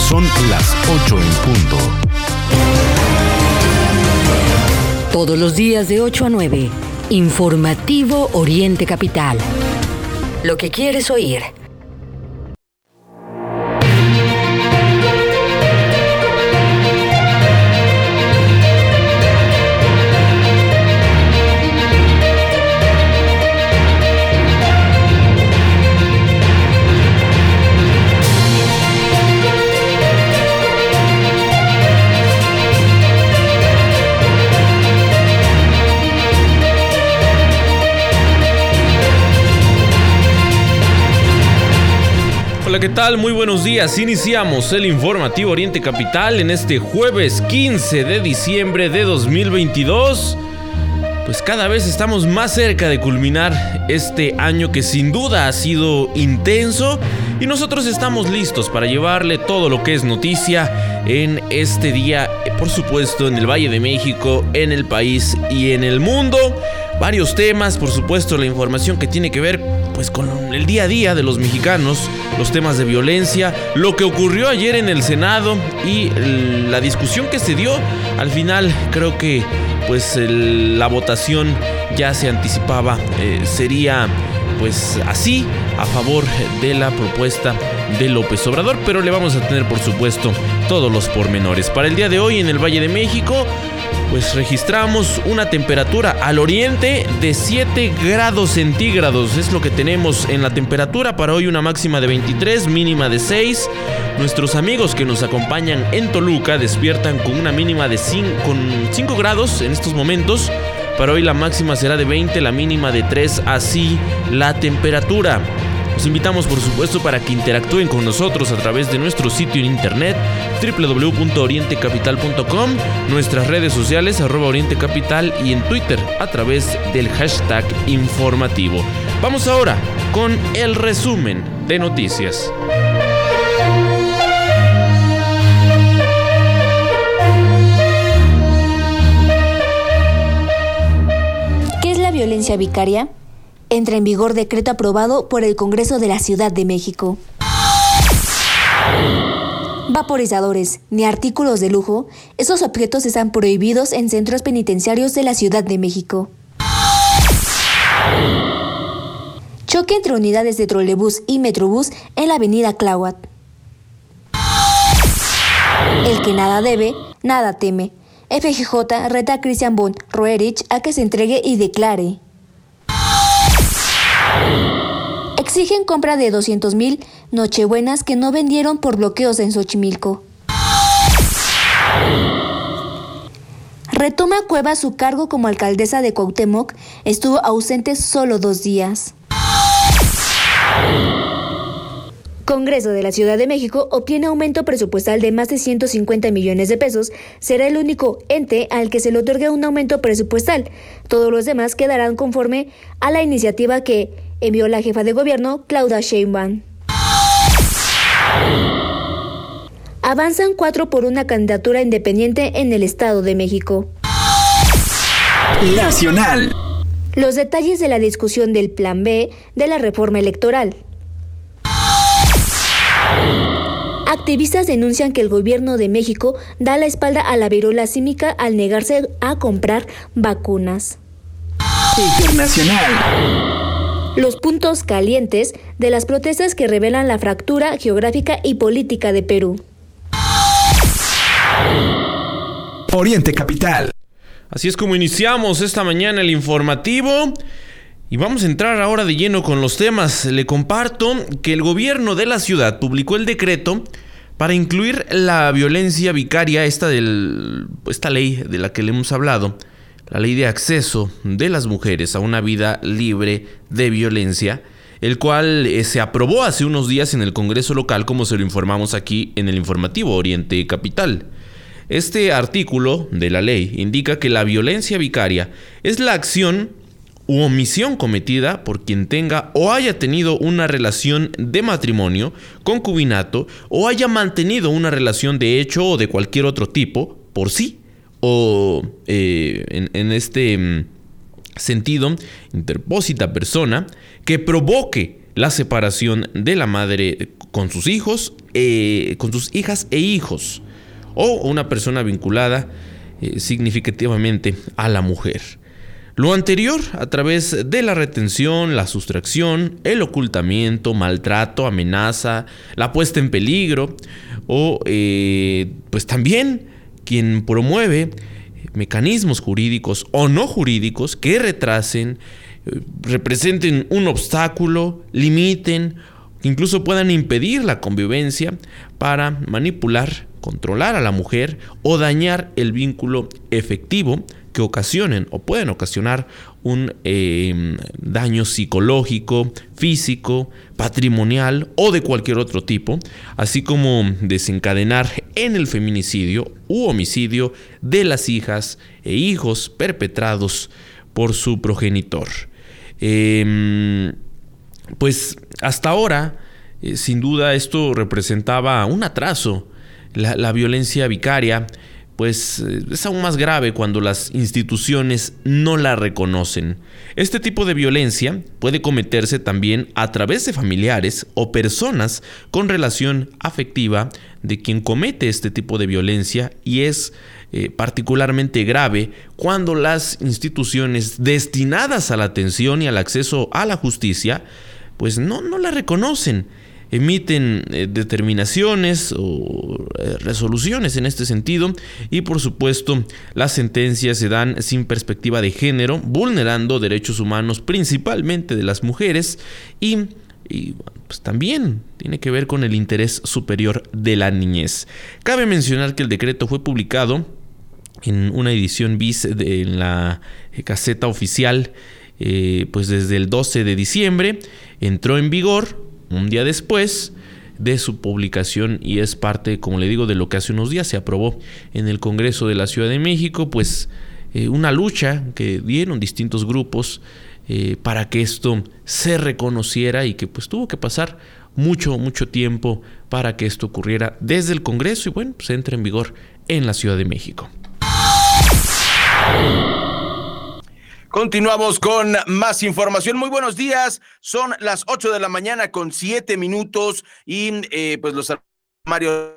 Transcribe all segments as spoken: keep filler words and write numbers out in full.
Son las ocho en punto. Todos los días de ocho a nueve, Informativo Oriente Capital. Lo que quieres oír. Hola, ¿qué tal? Muy buenos días. Iniciamos el Informativo Oriente Capital en este jueves quince de diciembre de dos mil veintidós. Pues cada vez estamos más cerca de culminar este año que sin duda ha sido intenso y nosotros estamos listos para llevarle todo lo que es noticia en este día, por supuesto, en el Valle de México, en el país y en el mundo. Varios temas, por supuesto, la información que tiene que ver pues con el día a día de los mexicanos, los temas de violencia, lo que ocurrió ayer en el Senado y la discusión que se dio. Al final creo que pues el, la votación ya se anticipaba, eh, sería pues así, a favor de la propuesta de López Obrador, pero le vamos a tener por supuesto todos los pormenores. Para el día de hoy en el Valle de México, pues registramos una temperatura al oriente de siete grados centígrados. Es lo que tenemos en la temperatura para hoy, una máxima de veintitrés, mínima de seis. Nuestros amigos que nos acompañan en Toluca despiertan con una mínima de cinco grados en estos momentos. Para hoy la máxima será de veinte, la mínima de tres, así la temperatura. Los invitamos por supuesto para que interactúen con nosotros a través de nuestro sitio en internet doble u doble u doble u punto oriente capital punto com, nuestras redes sociales arroba Oriente Capital y en Twitter a través del hashtag informativo. Vamos ahora con el resumen de noticias. ¿Qué es la violencia vicaria? Entra en vigor decreto aprobado por el Congreso de la Ciudad de México. Vaporizadores ni artículos de lujo, esos objetos están prohibidos en centros penitenciarios de la Ciudad de México. Choque entre unidades de trolebús y metrobús en la avenida Tláhuac. El que nada debe, nada teme. F G J reta a Christian von Roerich a que se entregue y declare. Exigen compra de doscientos mil nochebuenas que no vendieron por bloqueos en Xochimilco. Retoma Cuevas su cargo como alcaldesa de Cuauhtémoc, estuvo ausente solo dos días. Congreso de la Ciudad de México obtiene aumento presupuestal de más de ciento cincuenta millones de pesos. Será el único ente al que se le otorgue un aumento presupuestal. Todos los demás quedarán conforme a la iniciativa que envió la jefa de gobierno, Claudia Sheinbaum. Avanzan cuatro por una candidatura independiente en el Estado de México. Nacional. Los detalles de la discusión del Plan B de la reforma electoral. Activistas denuncian que el gobierno de México da la espalda a la viruela símica al negarse a comprar vacunas. Internacional. Los puntos calientes de las protestas que revelan la fractura geográfica y política de Perú. Oriente Capital. Así es como iniciamos esta mañana el informativo y vamos a entrar ahora de lleno con los temas. Le comparto que el gobierno de la ciudad publicó el decreto para incluir la violencia vicaria, esta, del, esta ley de la que le hemos hablado, la ley de acceso de las mujeres a una vida libre de violencia, el cual eh, se aprobó hace unos días en el Congreso local, como se lo informamos aquí en el informativo Oriente Capital. Este artículo de la ley indica que la violencia vicaria es la acción u omisión cometida por quien tenga o haya tenido una relación de matrimonio, concubinato o haya mantenido una relación de hecho o de cualquier otro tipo por sí o eh, en, en este mm, sentido interpósita persona que provoque la separación de la madre con sus hijos, eh, con sus hijas e hijos, o una persona vinculada eh, significativamente a la mujer. Lo anterior a través de la retención, la sustracción, el ocultamiento, maltrato, amenaza, la puesta en peligro, o eh, pues también quien promueve mecanismos jurídicos o no jurídicos que retrasen, eh, representen un obstáculo, limiten, incluso puedan impedir la convivencia para manipular, controlar a la mujer o dañar el vínculo efectivo que ocasionen o pueden ocasionar un eh, daño psicológico, físico, patrimonial o de cualquier otro tipo, así como desencadenar en el feminicidio u homicidio de las hijas e hijos perpetrados por su progenitor. Eh, pues hasta ahora, eh, sin duda, esto representaba un atraso. La, la violencia vicaria pues es aún más grave cuando las instituciones no la reconocen. Este tipo de violencia puede cometerse también a través de familiares o personas con relación afectiva de quien comete este tipo de violencia, y es eh, particularmente grave cuando las instituciones destinadas a la atención y al acceso a la justicia pues no, no la reconocen. Emiten eh, determinaciones o eh, resoluciones en este sentido, y por supuesto las sentencias se dan sin perspectiva de género, vulnerando derechos humanos principalmente de las mujeres, y, y pues también tiene que ver con el interés superior de la niñez. Cabe mencionar que el decreto fue publicado en una edición bis de, en la eh, Gaceta Oficial eh, pues desde el doce de diciembre, entró en vigor un día después de su publicación, y es parte, como le digo, de lo que hace unos días se aprobó en el Congreso de la Ciudad de México, pues eh, una lucha que dieron distintos grupos eh, para que esto se reconociera, y que pues tuvo que pasar mucho, mucho tiempo para que esto ocurriera desde el Congreso y bueno, pues entre en vigor en la Ciudad de México. Continuamos con más información. Muy buenos días. Son las ocho de la mañana con siete minutos y eh, pues los Mario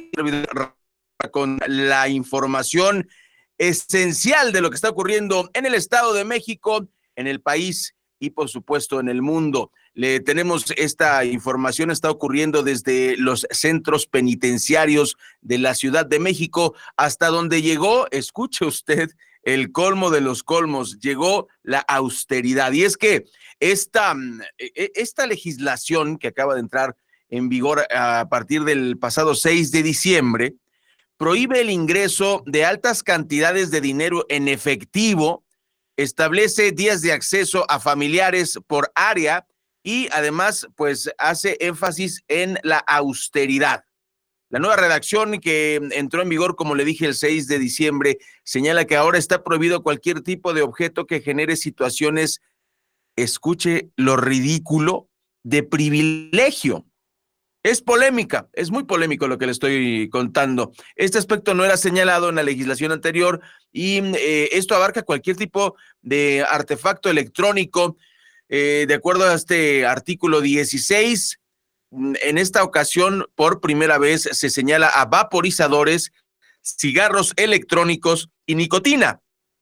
con la información esencial de lo que está ocurriendo en el Estado de México, en el país y por supuesto en el mundo. Le tenemos esta información, está ocurriendo desde los centros penitenciarios de la Ciudad de México hasta donde llegó, escuche usted, el colmo de los colmos, llegó la austeridad. Y es que esta, esta legislación que acaba de entrar en vigor a partir del pasado seis de diciembre prohíbe el ingreso de altas cantidades de dinero en efectivo, establece días de acceso a familiares por área y además pues hace énfasis en la austeridad. La nueva redacción que entró en vigor, como le dije, el seis de diciembre, señala que ahora está prohibido cualquier tipo de objeto que genere situaciones, escuche lo ridículo, de privilegio. Es polémica, es muy polémico lo que le estoy contando. Este aspecto no era señalado en la legislación anterior y eh, esto abarca cualquier tipo de artefacto electrónico. Eh, de acuerdo a este artículo dieciséis, en esta ocasión, por primera vez, se señala a vaporizadores, cigarros electrónicos y nicotina.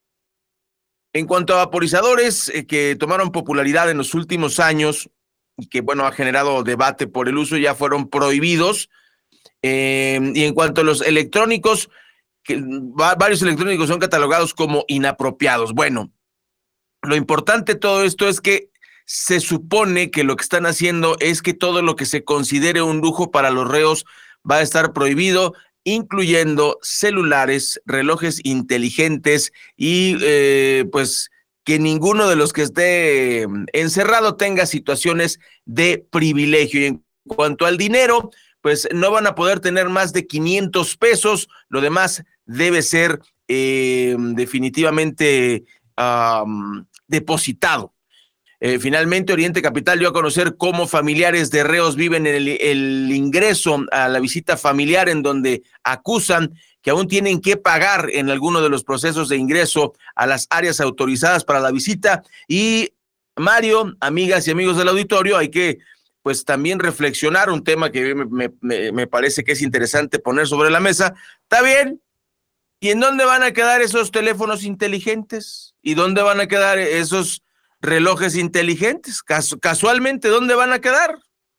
En cuanto a vaporizadores eh, que tomaron popularidad en los últimos años y que, bueno, ha generado debate por el uso, ya fueron prohibidos. Eh, y en cuanto a los electrónicos, que va, varios electrónicos son catalogados como inapropiados. Bueno, lo importante de todo esto es que se supone que lo que están haciendo es que todo lo que se considere un lujo para los reos va a estar prohibido, incluyendo celulares, relojes inteligentes y eh, pues que ninguno de los que esté encerrado tenga situaciones de privilegio. Y en cuanto al dinero, pues no van a poder tener más de quinientos pesos, lo demás debe ser eh, definitivamente um, depositado. Eh, finalmente, Oriente Capital dio a conocer cómo familiares de reos viven el, el ingreso a la visita familiar, en donde acusan que aún tienen que pagar en alguno de los procesos de ingreso a las áreas autorizadas para la visita. Y Mario, amigas y amigos del auditorio, hay que pues también reflexionar un tema que me, me, me parece que es interesante poner sobre la mesa. Está bien. ¿Y en dónde van a quedar esos teléfonos inteligentes? ¿Y dónde van a quedar esos relojes inteligentes? Casu- casualmente, ¿dónde van a quedar?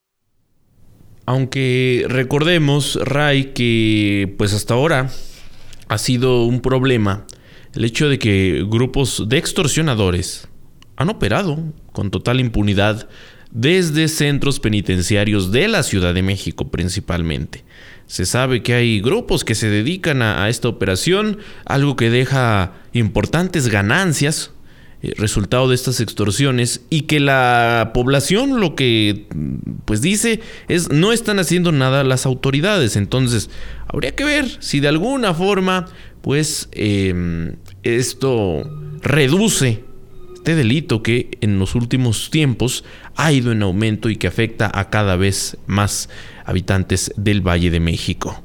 Aunque recordemos, Ray, que pues hasta ahora ha sido un problema el hecho de que grupos de extorsionadores han operado con total impunidad desde centros penitenciarios de la Ciudad de México principalmente. Se sabe que hay grupos que se dedican a, a esta operación, algo que deja importantes ganancias, eh, resultado de estas extorsiones, y que la población lo que pues dice es no están haciendo nada las autoridades. Entonces habría que ver si de alguna forma pues eh, esto reduce este delito que en los últimos tiempos ha ido en aumento y que afecta a cada vez más habitantes del Valle de México.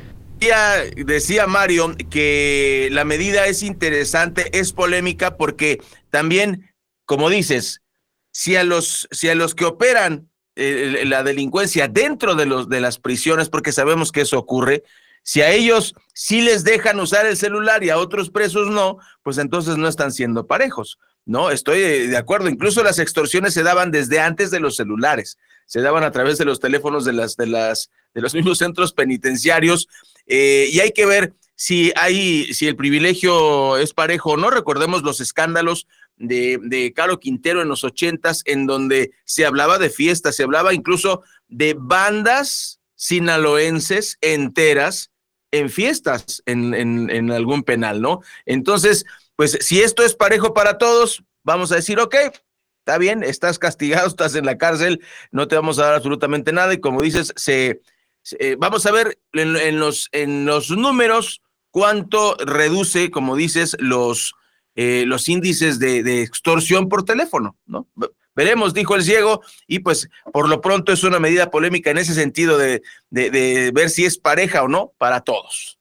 Decía, decía Mario que la medida es interesante, es polémica, porque también, como dices, si a los, si a los que operan eh, la delincuencia dentro de, los, de las prisiones, porque sabemos que eso ocurre, si a ellos sí les dejan usar el celular y a otros presos no, pues entonces no están siendo parejos. No, estoy de acuerdo. Incluso las extorsiones se daban desde antes de los celulares, se daban a través de los teléfonos de las de las de los mismos centros penitenciarios, eh, y hay que ver si hay si el privilegio es parejo o no. Recordemos los escándalos de de Caro Quintero en los ochentas, en donde se hablaba de fiestas, se hablaba incluso de bandas sinaloenses enteras en fiestas en en, en algún penal, ¿no? Entonces, pues si esto es parejo para todos, vamos a decir, ok, está bien, estás castigado, estás en la cárcel, no te vamos a dar absolutamente nada. Y como dices, se, se vamos a ver en, en, los, en los números cuánto reduce, como dices, los, eh, los índices de, de extorsión por teléfono, ¿no? Veremos, dijo el ciego, y pues por lo pronto es una medida polémica en ese sentido de, de, de ver si es pareja o no para todos.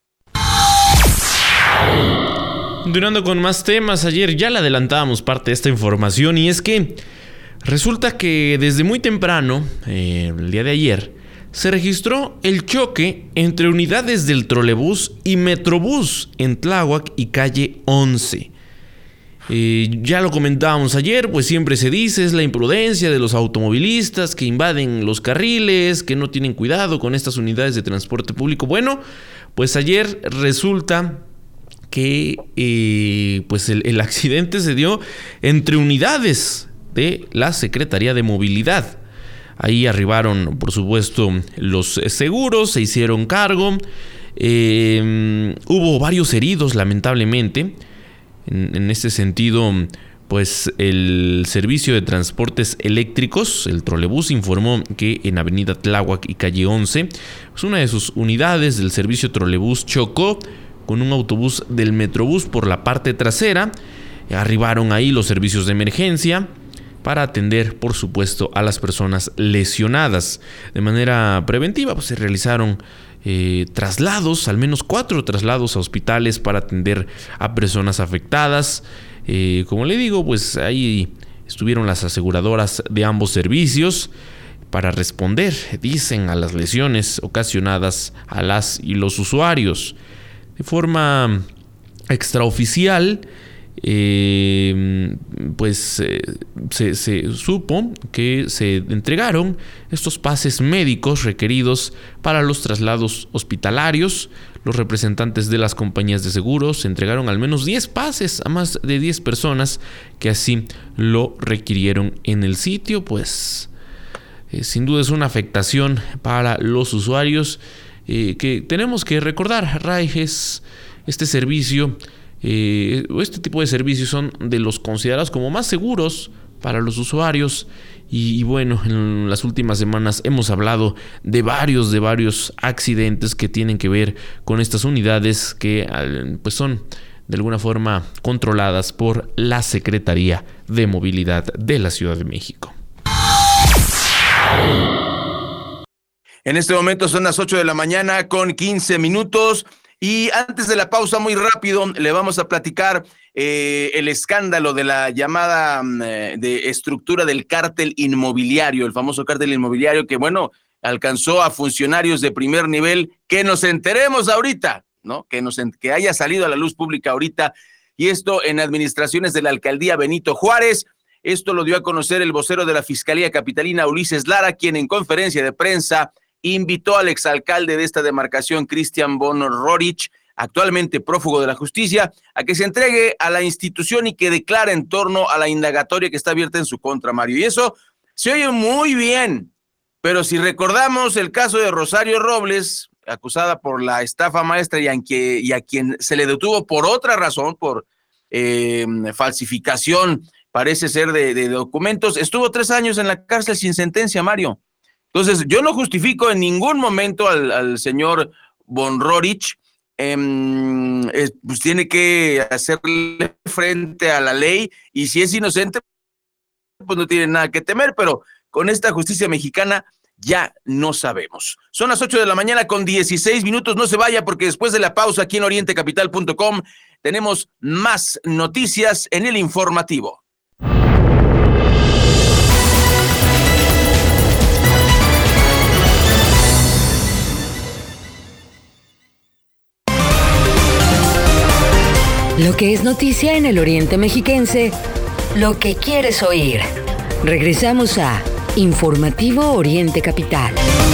Continuando con más temas, ayer ya le adelantábamos parte de esta información, y es que resulta que desde muy temprano, eh, el día de ayer, se registró el choque entre unidades del trolebús y metrobús en Tláhuac y calle once. Eh, ya lo comentábamos ayer, pues siempre se dice es la imprudencia de los automovilistas que invaden los carriles, que no tienen cuidado con estas unidades de transporte público. Bueno, pues ayer resulta que eh, pues el, el accidente se dio entre unidades de la Secretaría de Movilidad. Ahí arribaron, por supuesto, los seguros, se hicieron cargo. Eh, hubo varios heridos, lamentablemente. En, en este sentido, pues el Servicio de Transportes Eléctricos, el Trolebús, informó que en Avenida Tláhuac y calle once, pues una de sus unidades del servicio Trolebús chocó con un autobús del Metrobús por la parte trasera. Arribaron ahí los servicios de emergencia para atender, por supuesto, a las personas lesionadas. De manera preventiva, pues se realizaron eh, traslados, al menos cuatro traslados a hospitales para atender a personas afectadas. Eh, como le digo, pues ahí estuvieron las aseguradoras de ambos servicios para responder, dicen, a las lesiones ocasionadas a las y los usuarios. De forma extraoficial, eh, pues eh, se, se supo que se entregaron estos pases médicos requeridos para los traslados hospitalarios. Los representantes de las compañías de seguros entregaron al menos diez pases a más de diez personas que así lo requirieron en el sitio. Pues eh, sin duda es una afectación para los usuarios. Eh, que tenemos que recordar, Ray, es este servicio, eh, este tipo de servicios son de los considerados como más seguros para los usuarios. Y, y bueno, en las últimas semanas hemos hablado de varios, de varios accidentes que tienen que ver con estas unidades que pues son de alguna forma controladas por la Secretaría de Movilidad de la Ciudad de México. En este momento son las ocho de la mañana con quince minutos Y antes de la pausa, muy rápido, le vamos a platicar eh, el escándalo de la llamada eh, de estructura del cártel inmobiliario, el famoso cártel inmobiliario que, bueno, alcanzó a funcionarios de primer nivel, que nos enteremos ahorita, ¿no? Que, nos, que haya salido a la luz pública ahorita, y esto en administraciones de la alcaldía Benito Juárez. Esto lo dio a conocer el vocero de la Fiscalía Capitalina, Ulises Lara, quien en conferencia de prensa invitó al exalcalde de esta demarcación, Cristian von Roerich, actualmente prófugo de la justicia, a que se entregue a la institución y que declare en torno a la indagatoria que está abierta en su contra, Mario. Y eso se oye muy bien, pero si recordamos el caso de Rosario Robles, acusada por la estafa maestra y a, que, y a quien se le detuvo por otra razón, por eh, falsificación, parece ser de, de documentos, estuvo tres años en la cárcel sin sentencia, Mario. Entonces, yo no justifico en ningún momento al, al señor von Roerich, eh, eh, pues tiene que hacerle frente a la ley, y si es inocente, pues no tiene nada que temer, pero con esta justicia mexicana ya no sabemos. Son las ocho de la mañana con dieciséis minutos, no se vaya porque después de la pausa aquí en oriente capital punto com tenemos más noticias en el informativo. Lo que es noticia en el Oriente Mexiquense, lo que quieres oír. Regresamos a Informativo Oriente Capital.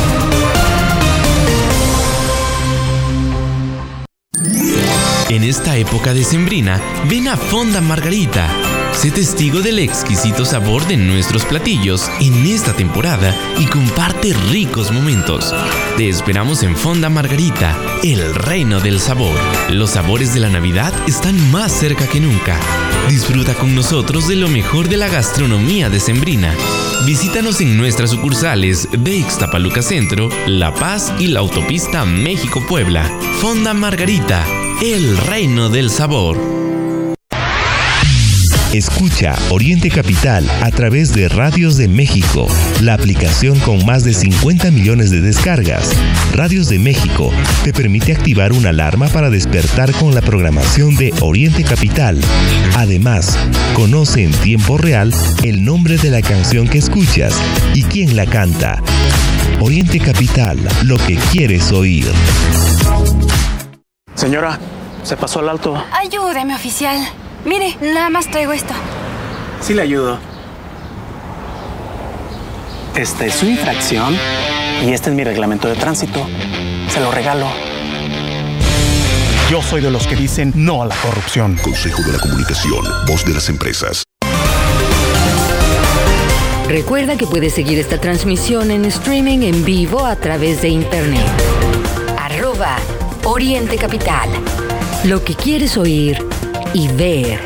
En esta época decembrina, ven a Fonda Margarita. Sé testigo del exquisito sabor de nuestros platillos en esta temporada y comparte ricos momentos. Te esperamos en Fonda Margarita, el reino del sabor. Los sabores de la Navidad están más cerca que nunca. Disfruta con nosotros de lo mejor de la gastronomía decembrina. Visítanos en nuestras sucursales de Ixtapaluca Centro, La Paz y la autopista México-Puebla. Fonda Margarita, el reino del sabor. Escucha Oriente Capital a través de Radios de México, la aplicación con más de cincuenta millones de descargas. Radios de México te permite activar una alarma para despertar con la programación de Oriente Capital. Además, conoce en tiempo real el nombre de la canción que escuchas y quién la canta. Oriente Capital, lo que quieres oír. Señora, se pasó al alto. Ayúdeme, oficial. Mire, nada más traigo esto. Sí le ayudo. Esta es su infracción y este es mi reglamento de tránsito. Se lo regalo. Yo soy de los que dicen no a la corrupción. Consejo de la Comunicación, voz de las empresas. Recuerda que puedes seguir esta transmisión en streaming en vivo a través de internet. Arroba Oriente Capital. Lo que quieres oír y ver.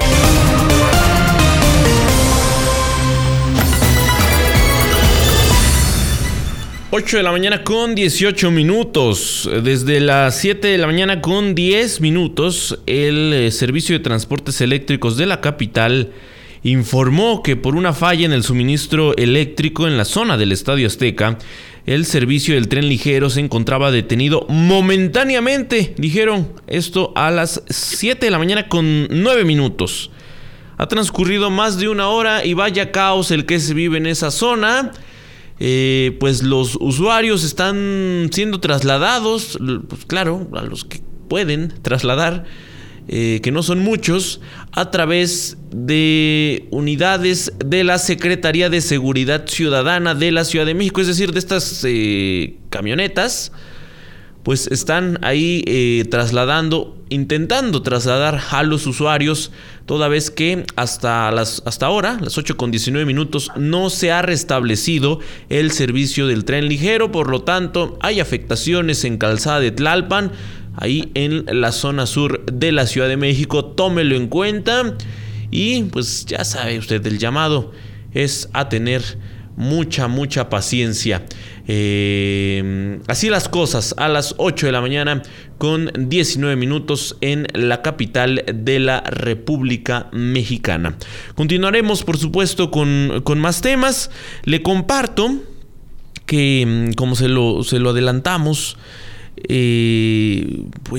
ocho de la mañana con dieciocho minutos. Desde las siete de la mañana con diez minutos, el eh, Servicio de Transportes Eléctricos de la capital informó que por una falla en el suministro eléctrico en la zona del Estadio Azteca, el servicio del tren ligero se encontraba detenido momentáneamente. Dijeron esto a las siete de la mañana con nueve minutos. Ha transcurrido más de una hora y vaya caos el que se vive en esa zona. Eh, pues los usuarios están siendo trasladados, pues claro, a los que pueden trasladar, eh, que no son muchos, a través de unidades de la Secretaría de Seguridad Ciudadana de la Ciudad de México, es decir, de estas eh, camionetas, pues están ahí eh, trasladando, intentando trasladar a los usuarios, toda vez que hasta las hasta ahora, las ocho con diecinueve minutos, no se ha restablecido el servicio del tren ligero. Por lo tanto, hay afectaciones en Calzada de Tlalpan, ahí en la zona sur de la Ciudad de México. Tómelo en cuenta y pues ya sabe usted, el llamado es a tener mucha, mucha paciencia. Eh, así las cosas a las ocho de la mañana con diecinueve minutos en la capital de la República Mexicana. Continuaremos, por supuesto, con, con más temas. Le comparto que, como se lo, se lo adelantamos, eh, pues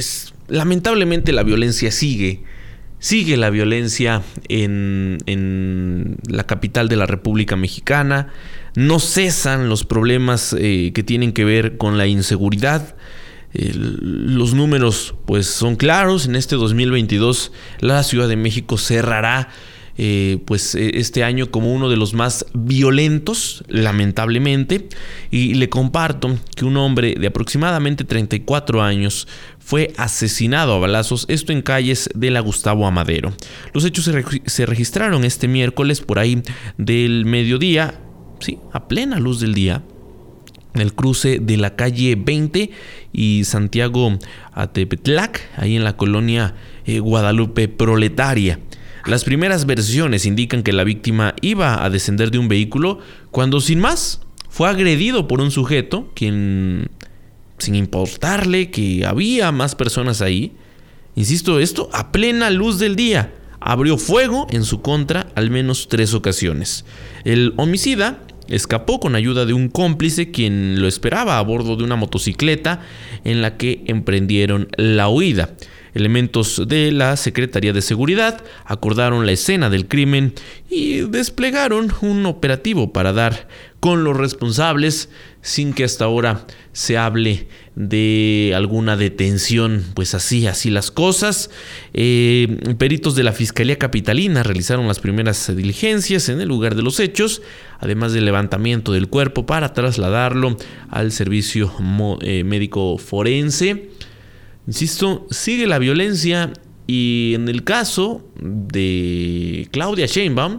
lamentablemente la violencia sigue. Sigue la violencia en, en la capital de la República Mexicana. No cesan los problemas eh, que tienen que ver con la inseguridad. Eh, los números pues son claros. En este dos mil veintidós la Ciudad de México cerrará eh, pues este año como uno de los más violentos, lamentablemente. Y le comparto que un hombre de aproximadamente treinta y cuatro años fue asesinado a balazos, esto en calles de la Gustavo Amadero. Los hechos se, re- se registraron este miércoles por ahí del mediodía, sí, a plena luz del día, en el cruce de la calle veinte y Santiago Atepetlac, ahí en la colonia eh, Guadalupe Proletaria. Las primeras versiones indican que la víctima iba a descender de un vehículo cuando, sin más, fue agredido por un sujeto quien, sin importarle que había más personas ahí, insisto, esto a plena luz del día, abrió fuego en su contra al menos tres ocasiones. El homicida escapó con ayuda de un cómplice quien lo esperaba a bordo de una motocicleta en la que emprendieron la huida. Elementos de la Secretaría de Seguridad acordaron la escena del crimen y desplegaron un operativo para dar con los responsables sin que hasta ahora se hable de alguna detención. Pues así, así las cosas. Eh, peritos de la Fiscalía Capitalina realizaron las primeras diligencias en el lugar de los hechos, además del levantamiento del cuerpo para trasladarlo al servicio mo- eh, médico forense. Insisto, sigue la violencia y en el caso de Claudia Sheinbaum,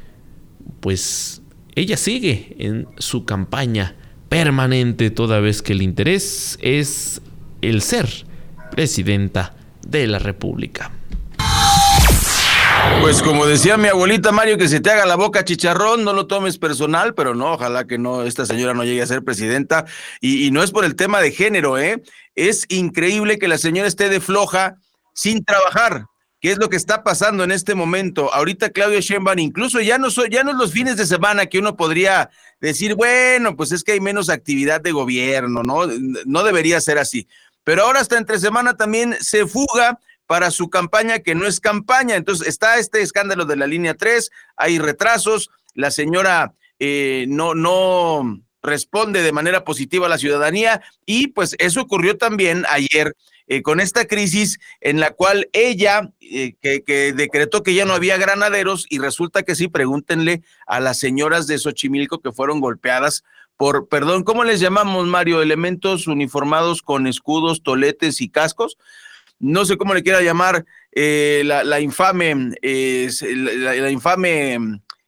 pues ella sigue en su campaña permanente toda vez que el interés es el ser presidenta de la República. Pues como decía mi abuelita, Mario, que se te haga la boca chicharrón, no lo tomes personal, pero no, ojalá que no, esta señora no llegue a ser presidenta, y, y no es por el tema de género, ¿eh? Es increíble que la señora esté de floja sin trabajar, que es lo que está pasando en este momento. Ahorita Claudia Sheinbaum, incluso ya no, soy, ya no es los fines de semana que uno podría decir, bueno, pues es que hay menos actividad de gobierno, ¿no? No debería ser así, pero ahora hasta entre semana también se fuga para su campaña que no es campaña. Entonces está este escándalo de la línea tres, hay retrasos, la señora eh, no, no responde de manera positiva a la ciudadanía y pues eso ocurrió también ayer eh, con esta crisis en la cual ella eh, que, que decretó que ya no había granaderos y resulta que sí, pregúntenle a las señoras de Xochimilco que fueron golpeadas por, perdón, ¿cómo les llamamos, Mario? Elementos uniformados con escudos, toletes y cascos. No sé cómo le quiera llamar, eh, la, la infame, eh, la, la infame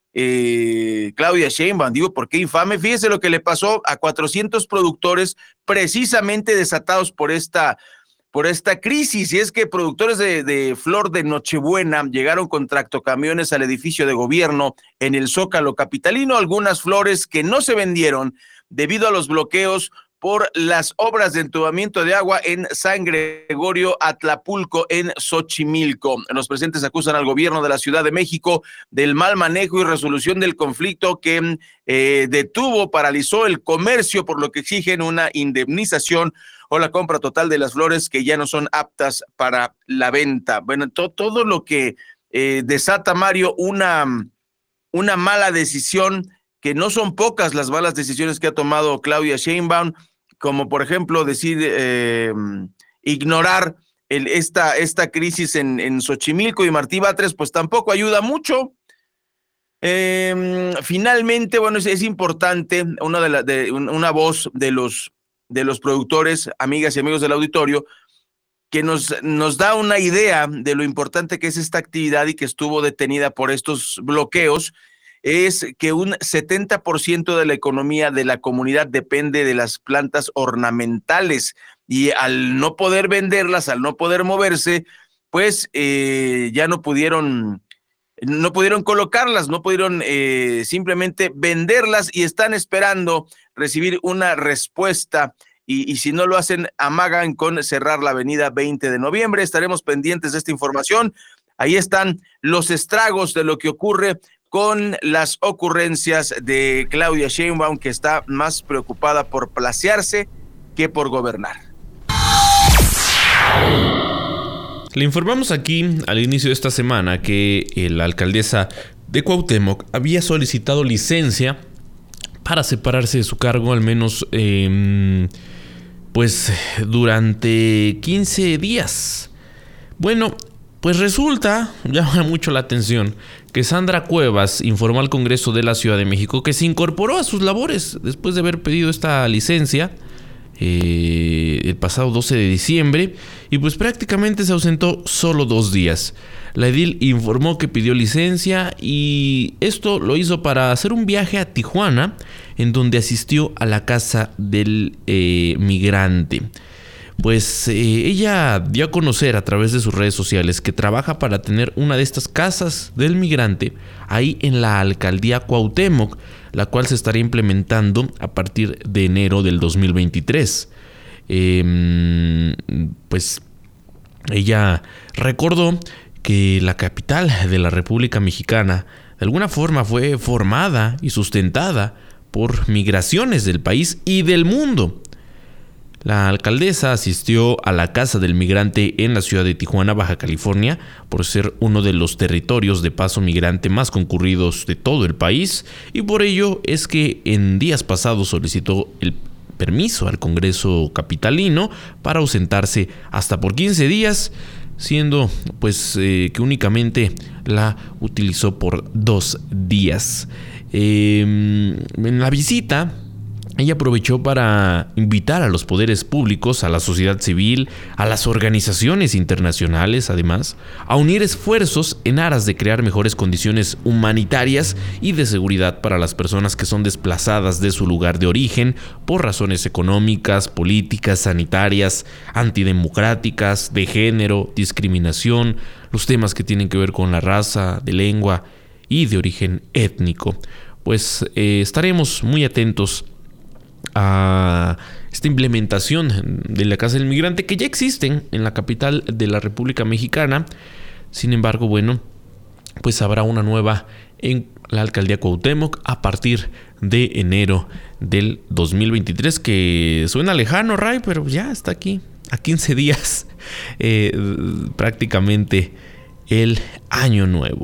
eh, Claudia Sheinbaum. Digo, ¿por qué infame? Fíjese lo que le pasó a cuatrocientos productores precisamente desatados por esta, por esta crisis. Y es que productores de, de flor de Nochebuena llegaron con tractocamiones al edificio de gobierno en el Zócalo capitalino. Algunas flores que no se vendieron debido a los bloqueos por las obras de entubamiento de agua en San Gregorio Atlapulco, en Xochimilco. Los presentes acusan al gobierno de la Ciudad de México del mal manejo y resolución del conflicto que eh, detuvo, paralizó el comercio, por lo que exigen una indemnización o la compra total de las flores que ya no son aptas para la venta. Bueno, to, todo lo que eh, desata, Mario, una, una mala decisión, que no son pocas las malas decisiones que ha tomado Claudia Sheinbaum, como por ejemplo decir, eh, ignorar el, esta, esta crisis en, en Xochimilco y Martí Batres, pues tampoco ayuda mucho. Eh, finalmente, bueno, es, es importante, una, de la, de, una voz de los, de los productores, amigas y amigos del auditorio, que nos, nos da una idea de lo importante que es esta actividad y que estuvo detenida por estos bloqueos. Es que un setenta por ciento de la economía de la comunidad depende de las plantas ornamentales y al no poder venderlas, al no poder moverse, pues eh, ya no pudieron, no pudieron colocarlas, no pudieron eh, simplemente venderlas y están esperando recibir una respuesta y, y si no lo hacen, amagan con cerrar la avenida veinte de noviembre. Estaremos pendientes de esta información. Ahí están los estragos de lo que ocurre con las ocurrencias de Claudia Sheinbaum, que está más preocupada por placearse que por gobernar. Le informamos aquí al inicio de esta semana que la alcaldesa de Cuauhtémoc había solicitado licencia para separarse de su cargo al menos eh, pues durante quince días. Bueno, pues resulta, llama mucho la atención, que Sandra Cuevas informó al Congreso de la Ciudad de México que se incorporó a sus labores después de haber pedido esta licencia eh, el pasado doce de diciembre y pues prácticamente se ausentó solo dos días. La edil informó que pidió licencia y esto lo hizo para hacer un viaje a Tijuana, en donde asistió a la casa del eh, migrante. Pues eh, ella dio a conocer a través de sus redes sociales que trabaja para tener una de estas casas del migrante ahí en la alcaldía Cuauhtémoc, la cual se estará implementando a partir de enero del dos mil veintitrés. Eh, pues ella recordó que la capital de la República Mexicana de alguna forma fue formada y sustentada por migraciones del país y del mundo. La alcaldesa asistió a la Casa del Migrante en la ciudad de Tijuana, Baja California, por ser uno de los territorios de paso migrante más concurridos de todo el país, y por ello es que en días pasados solicitó el permiso al Congreso capitalino para ausentarse hasta por quince días, siendo pues eh, que únicamente la utilizó por dos días. Eh, en la visita, ella aprovechó para invitar a los poderes públicos, a la sociedad civil, a las organizaciones internacionales, además, a unir esfuerzos en aras de crear mejores condiciones humanitarias y de seguridad para las personas que son desplazadas de su lugar de origen por razones económicas, políticas, sanitarias, antidemocráticas, de género, discriminación, los temas que tienen que ver con la raza, de lengua y de origen étnico. Pues eh, estaremos muy atentos a esta implementación de la Casa del Migrante, que ya existen en la capital de la República Mexicana. Sin embargo, bueno, pues habrá una nueva en la alcaldía Cuauhtémoc a partir de enero del dos mil veintitrés, que suena lejano, Ray, pero ya está aquí, a quince días, eh, prácticamente el año nuevo.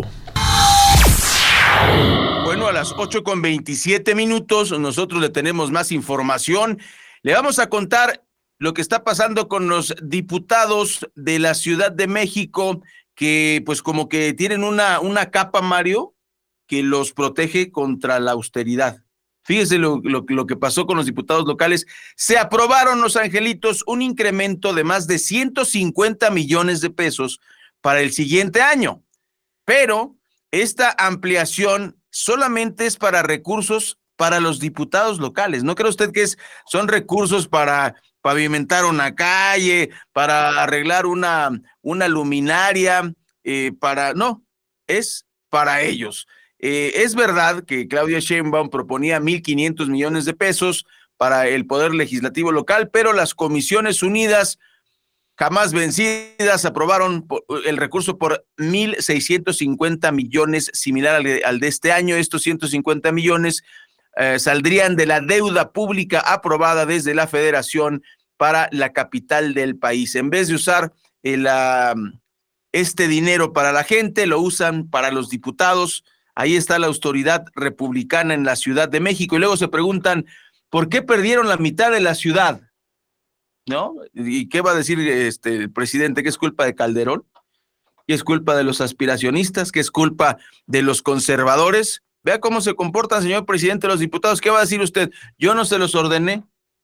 Bueno, a las ocho con veintisiete minutos nosotros le tenemos más información. Le vamos a contar lo que está pasando con los diputados de la Ciudad de México, que pues como que tienen una, una capa, Mario, que los protege contra la austeridad. Fíjese lo, lo, lo que pasó con los diputados locales. Se aprobaron, los angelitos, un incremento de más de ciento cincuenta millones de pesos para el siguiente año. Pero esta ampliación solamente es para recursos para los diputados locales. ¿No cree usted que es, son recursos para pavimentar una calle, para arreglar una, una luminaria, eh, para... No, es para ellos. Eh, es verdad que Claudia Sheinbaum proponía mil quinientos millones de pesos para el Poder Legislativo local, pero las Comisiones Unidas, jamás vencidas, aprobaron el recurso por mil seiscientos cincuenta millones, similar al de, al de este año. Estos ciento cincuenta millones eh, saldrían de la deuda pública aprobada desde la Federación para la capital del país. En vez de usar el, uh, este dinero para la gente, lo usan para los diputados. Ahí está la autoridad republicana en la Ciudad de México. Y luego se preguntan, ¿por qué perdieron la mitad de la ciudad? ¿No? ¿Y qué va a decir este el presidente? ¿Que es culpa de Calderón? ¿Que es culpa de los aspiracionistas? ¿Que es culpa de los conservadores? Vea cómo se comportan, señor presidente, los diputados. ¿Qué va a decir usted? Yo no se los ordené.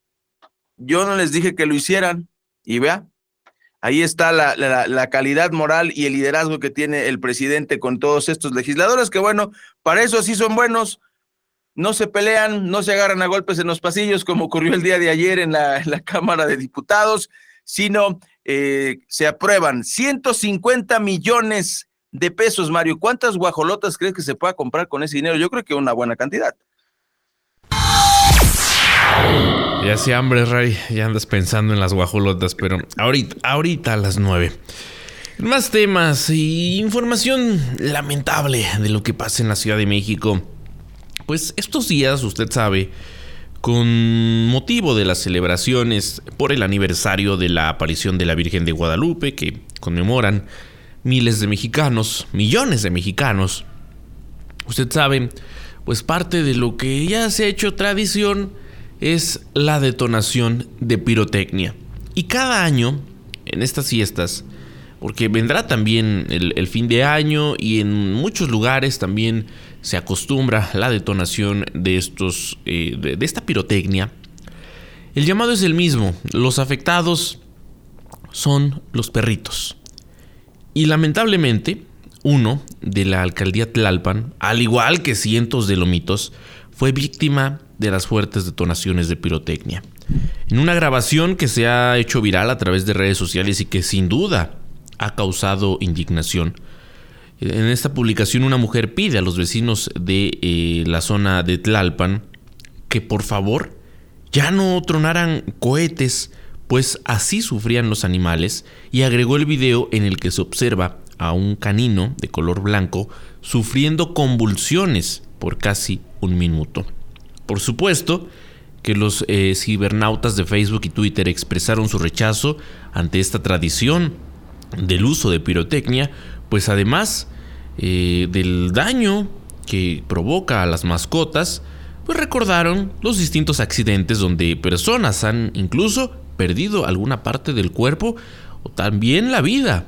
Yo no les dije que lo hicieran. Y vea, ahí está la, la, la calidad moral y el liderazgo que tiene el presidente con todos estos legisladores, que bueno, para eso sí son buenos. No se pelean, no se agarran a golpes en los pasillos como ocurrió el día de ayer en la, en la Cámara de Diputados, sino eh, se aprueban ciento cincuenta millones de pesos, Mario. ¿Cuántas guajolotas crees que se pueda comprar con ese dinero? Yo creo que una buena cantidad. Ya hace hambre, Ray, ya andas pensando en las guajolotas, pero ahorita, ahorita a las nueve. Más temas y información lamentable de lo que pasa en la Ciudad de México. Pues estos días, usted sabe, con motivo de las celebraciones por el aniversario de la aparición de la Virgen de Guadalupe, que conmemoran miles de mexicanos, millones de mexicanos. Usted sabe, pues parte de lo que ya se ha hecho tradición es la detonación de pirotecnia. Y cada año, en estas fiestas, porque vendrá también el, el fin de año y en muchos lugares también se acostumbra la detonación de, estos, eh, de, de esta pirotecnia, el llamado es el mismo. Los afectados son los perritos. Y lamentablemente, uno de la alcaldía Tlalpan, al igual que cientos de lomitos, fue víctima de las fuertes detonaciones de pirotecnia. En una grabación que se ha hecho viral a través de redes sociales y que sin duda ha causado indignación, en esta publicación una mujer pide a los vecinos de eh, la zona de Tlalpan que por favor ya no tronaran cohetes, pues así sufrían los animales, y agregó el video en el que se observa a un canino de color blanco sufriendo convulsiones por casi un minuto. Por supuesto que los eh, cibernautas de Facebook y Twitter expresaron su rechazo ante esta tradición del uso de pirotecnia, pues además eh, del daño que provoca a las mascotas, pues recordaron los distintos accidentes donde personas han incluso perdido alguna parte del cuerpo o también la vida.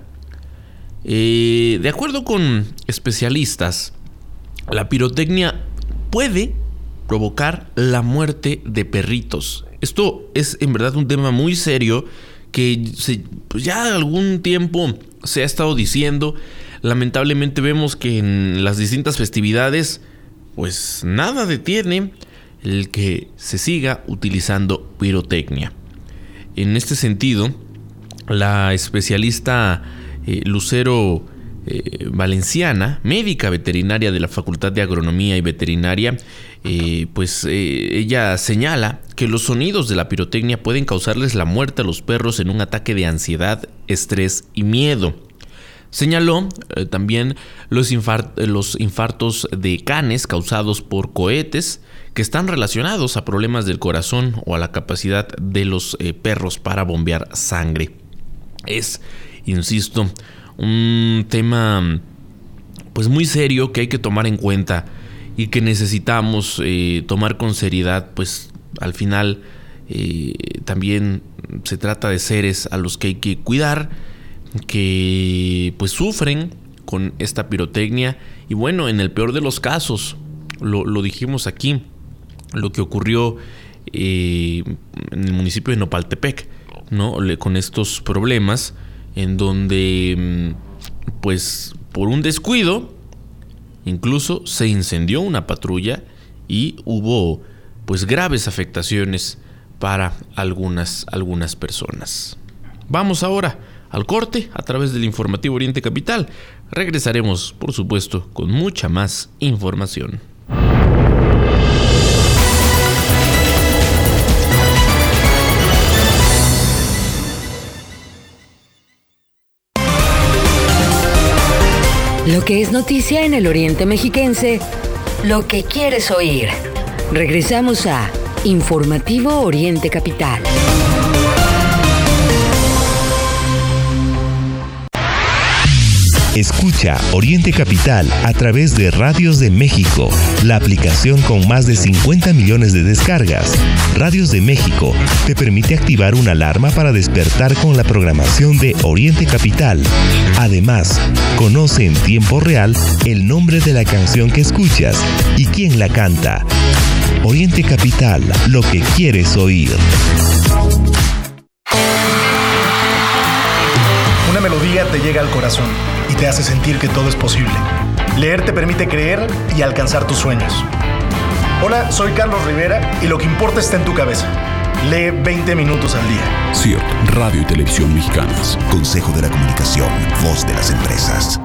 Eh, de acuerdo con especialistas, la pirotecnia puede provocar la muerte de perritos. Esto es en verdad un tema muy serio que se, pues ya algún tiempo se ha estado diciendo. Lamentablemente vemos que en las distintas festividades pues nada detiene el que se siga utilizando pirotecnia. En este sentido, la especialista eh, Lucero eh, Valenciana, médica veterinaria de la Facultad de Agronomía y Veterinaria, eh, pues eh, ella señala que los sonidos de la pirotecnia pueden causarles la muerte a los perros en un ataque de ansiedad, estrés y miedo. Señaló eh, también los, infart- los infartos de canes causados por cohetes, que están relacionados a problemas del corazón o a la capacidad de los eh, perros para bombear sangre. Es, insisto, un tema pues muy serio que hay que tomar en cuenta y que necesitamos eh, tomar con seriedad, pues al final eh, también se trata de seres a los que hay que cuidar, que pues sufren con esta pirotecnia. Y bueno, en el peor de los casos, lo, lo dijimos aquí, lo que ocurrió eh, en el municipio de Nopaltepec, ¿no? Con estos problemas en donde pues por un descuido incluso se incendió una patrulla y hubo pues graves afectaciones para algunas, algunas personas. Vamos ahora al corte a través del informativo Oriente Capital. Regresaremos, por supuesto, con mucha más información. Lo que es noticia en el Oriente Mexiquense, lo que quieres oír. Regresamos a Informativo Oriente Capital. Escucha Oriente Capital a través de Radios de México, la aplicación con más de cincuenta millones de descargas. Radios de México te permite activar una alarma para despertar con la programación de Oriente Capital. Además, conoce en tiempo real el nombre de la canción que escuchas y quién la canta. Oriente Capital, lo que quieres oír. Una melodía te llega al corazón y te hace sentir que todo es posible. Leer te permite creer y alcanzar tus sueños. Hola, soy Carlos Rivera y lo que importa está en tu cabeza. Lee veinte minutos al día. C I R T, Radio y Televisión Mexicanas. Consejo de la Comunicación, voz de las empresas.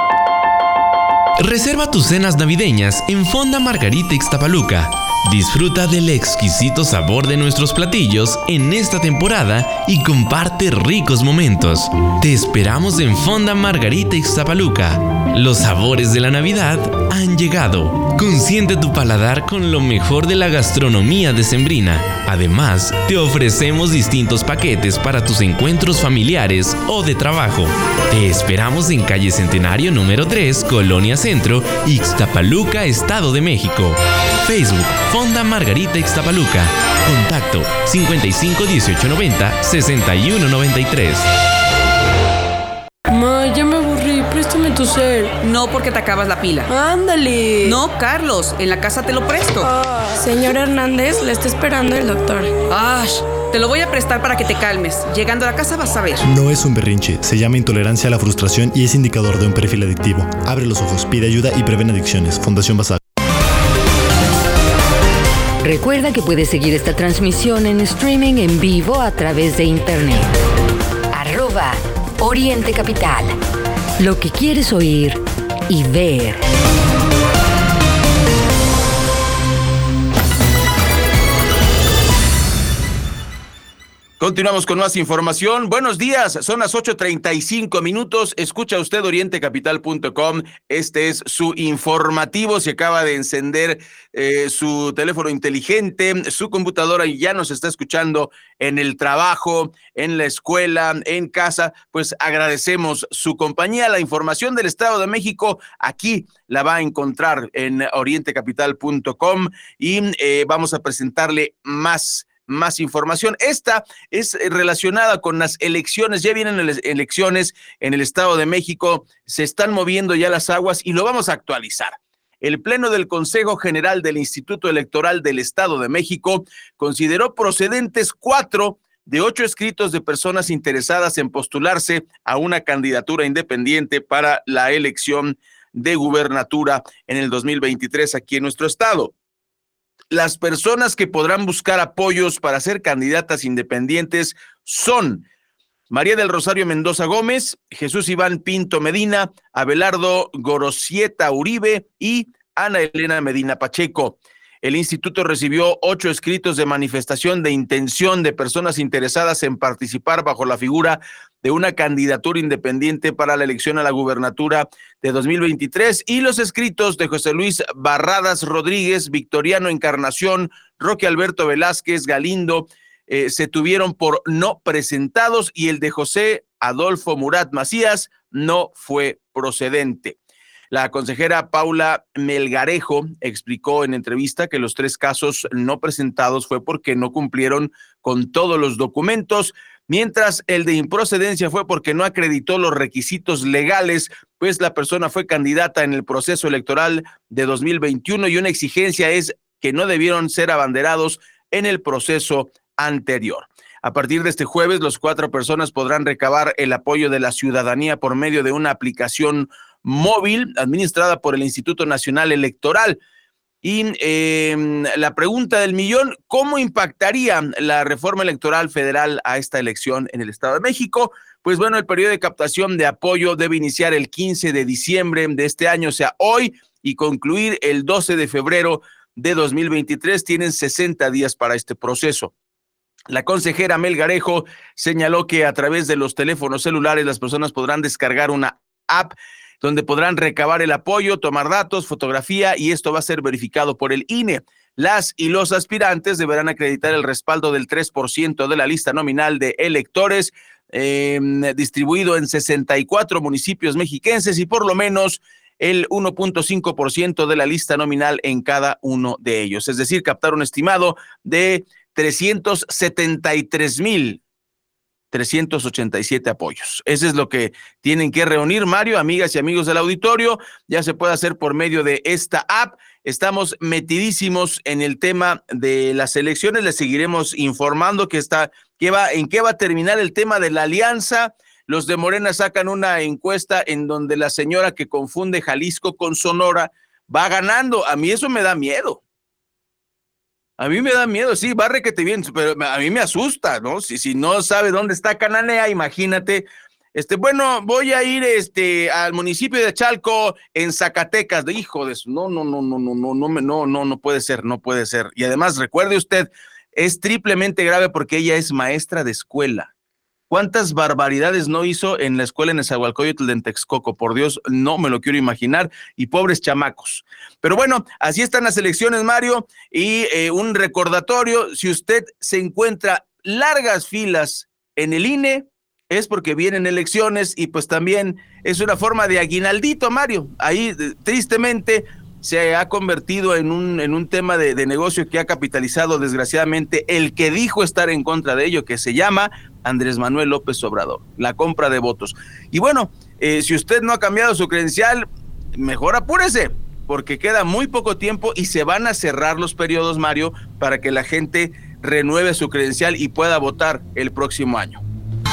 Reserva tus cenas navideñas en Fonda Margarita Ixtapaluca. Disfruta del exquisito sabor de nuestros platillos en esta temporada y comparte ricos momentos. Te esperamos en Fonda Margarita Ixtapaluca. Los sabores de la Navidad han llegado. Consiente tu paladar con lo mejor de la gastronomía decembrina. Además, te ofrecemos distintos paquetes para tus encuentros familiares o de trabajo. Te esperamos en calle Centenario número tres, Colonia Centro, Ixtapaluca, Estado de México. Facebook, Fonda Margarita Ixtapaluca. Contacto cincuenta y cinco dieciocho noventa sesenta y uno noventa y tres. Ma, ya me aburrí, préstame tu cel. No, porque te acabas la pila. Ándale. No, Carlos, en la casa te lo presto. Ah, señor Hernández, le está esperando el doctor. Ash, te lo voy a prestar para que te calmes. Llegando a la casa vas a ver. No es un berrinche, se llama intolerancia a la frustración y es indicador de un perfil adictivo. Abre los ojos, pide ayuda y prevén adicciones. Fundación Basal. Recuerda que puedes seguir esta transmisión en streaming en vivo a través de internet. Arroba Oriente Capital. Lo que quieres oír y ver. Continuamos con más información. Buenos días, son las ocho treinta y cinco minutos. Escucha usted oriente capital punto com. Este es su informativo. Se acaba de encender eh, su teléfono inteligente, su computadora y ya nos está escuchando en el trabajo, en la escuela, en casa. Pues agradecemos su compañía. La información del Estado de México aquí la va a encontrar en oriente capital punto com y eh, vamos a presentarle más más información. Esta es relacionada con las elecciones. Ya vienen las elecciones en el Estado de México, se están moviendo ya las aguas y lo vamos a actualizar. El Pleno del Consejo General del Instituto Electoral del Estado de México consideró procedentes cuatro de ocho escritos de personas interesadas en postularse a una candidatura independiente para la elección de gubernatura en el dos mil veintitrés aquí en nuestro estado. Las personas que podrán buscar apoyos para ser candidatas independientes son María del Rosario Mendoza Gómez, Jesús Iván Pinto Medina, Abelardo Gorosieta Uribe y Ana Elena Medina Pacheco. El instituto recibió ocho escritos de manifestación de intención de personas interesadas en participar bajo la figura de una candidatura independiente para la elección a la gubernatura de dos mil veintitrés y los escritos de José Luis Barradas Rodríguez, Victoriano Encarnación, Roque Alberto Velázquez Galindo eh, se tuvieron por no presentados y el de José Adolfo Murat Macías no fue procedente. La consejera Paula Melgarejo explicó en entrevista que los tres casos no presentados fue porque no cumplieron con todos los documentos, mientras el de improcedencia fue porque no acreditó los requisitos legales, pues la persona fue candidata en el proceso electoral de dos mil veintiuno y una exigencia es que no debieron ser abanderados en el proceso anterior. A partir de este jueves, los cuatro personas podrán recabar el apoyo de la ciudadanía por medio de una aplicación móvil administrada por el Instituto Nacional Electoral. Y eh, la pregunta del millón, ¿cómo impactaría la reforma electoral federal a esta elección en el Estado de México? Pues bueno, el periodo de captación de apoyo debe iniciar el quince de diciembre de este año, o sea, hoy, y concluir el doce de febrero de dos mil veintitrés. Tienen sesenta días para este proceso. La consejera Melgarejo señaló que a través de los teléfonos celulares las personas podrán descargar una app donde podrán recabar el apoyo, tomar datos, fotografía, y esto va a ser verificado por el I N E. Las y los aspirantes deberán acreditar el respaldo del tres por ciento de la lista nominal de electores eh, distribuido en sesenta y cuatro municipios mexiquenses y por lo menos el uno punto cinco por ciento de la lista nominal en cada uno de ellos. Es decir, captar un estimado de trescientos setenta y tres mil trescientos ochenta y siete apoyos. Eso es lo que tienen que reunir, Mario, amigas y amigos del auditorio. Ya se puede hacer por medio de esta app. Estamos metidísimos en el tema de las elecciones. Les seguiremos informando que está, que va, en qué va a terminar el tema de la alianza. Los de Morena sacan una encuesta en donde la señora que confunde Jalisco con Sonora va ganando. A mí eso me da miedo. A mí me da miedo, sí, va requete bien, pero a mí me asusta, ¿no? Si, si no sabe dónde está Cananea, imagínate. Este, bueno, voy a ir este, al municipio de Chalco, en Zacatecas. De hijo de su, no, no, no, no, no, no, no, no, no, no puede ser, no puede ser. Y además, recuerde usted, es triplemente grave porque ella es maestra de escuela. ¿Cuántas barbaridades no hizo en la escuela en Nezahualcóyotl de Texcoco? Por Dios, no me lo quiero imaginar, y pobres chamacos. Pero bueno, así están las elecciones, Mario, y eh, un recordatorio: si usted se encuentra largas filas en el I N E, es porque vienen elecciones, y pues también es una forma de aguinaldito, Mario. Ahí, tristemente, se ha convertido en un, en un tema de, de negocio que ha capitalizado, desgraciadamente, el que dijo estar en contra de ello, que se llama Andrés Manuel López Obrador, la compra de votos. Y bueno, eh, si usted no ha cambiado su credencial, mejor apúrese, porque queda muy poco tiempo y se van a cerrar los periodos, Mario, para que la gente renueve su credencial y pueda votar el próximo año.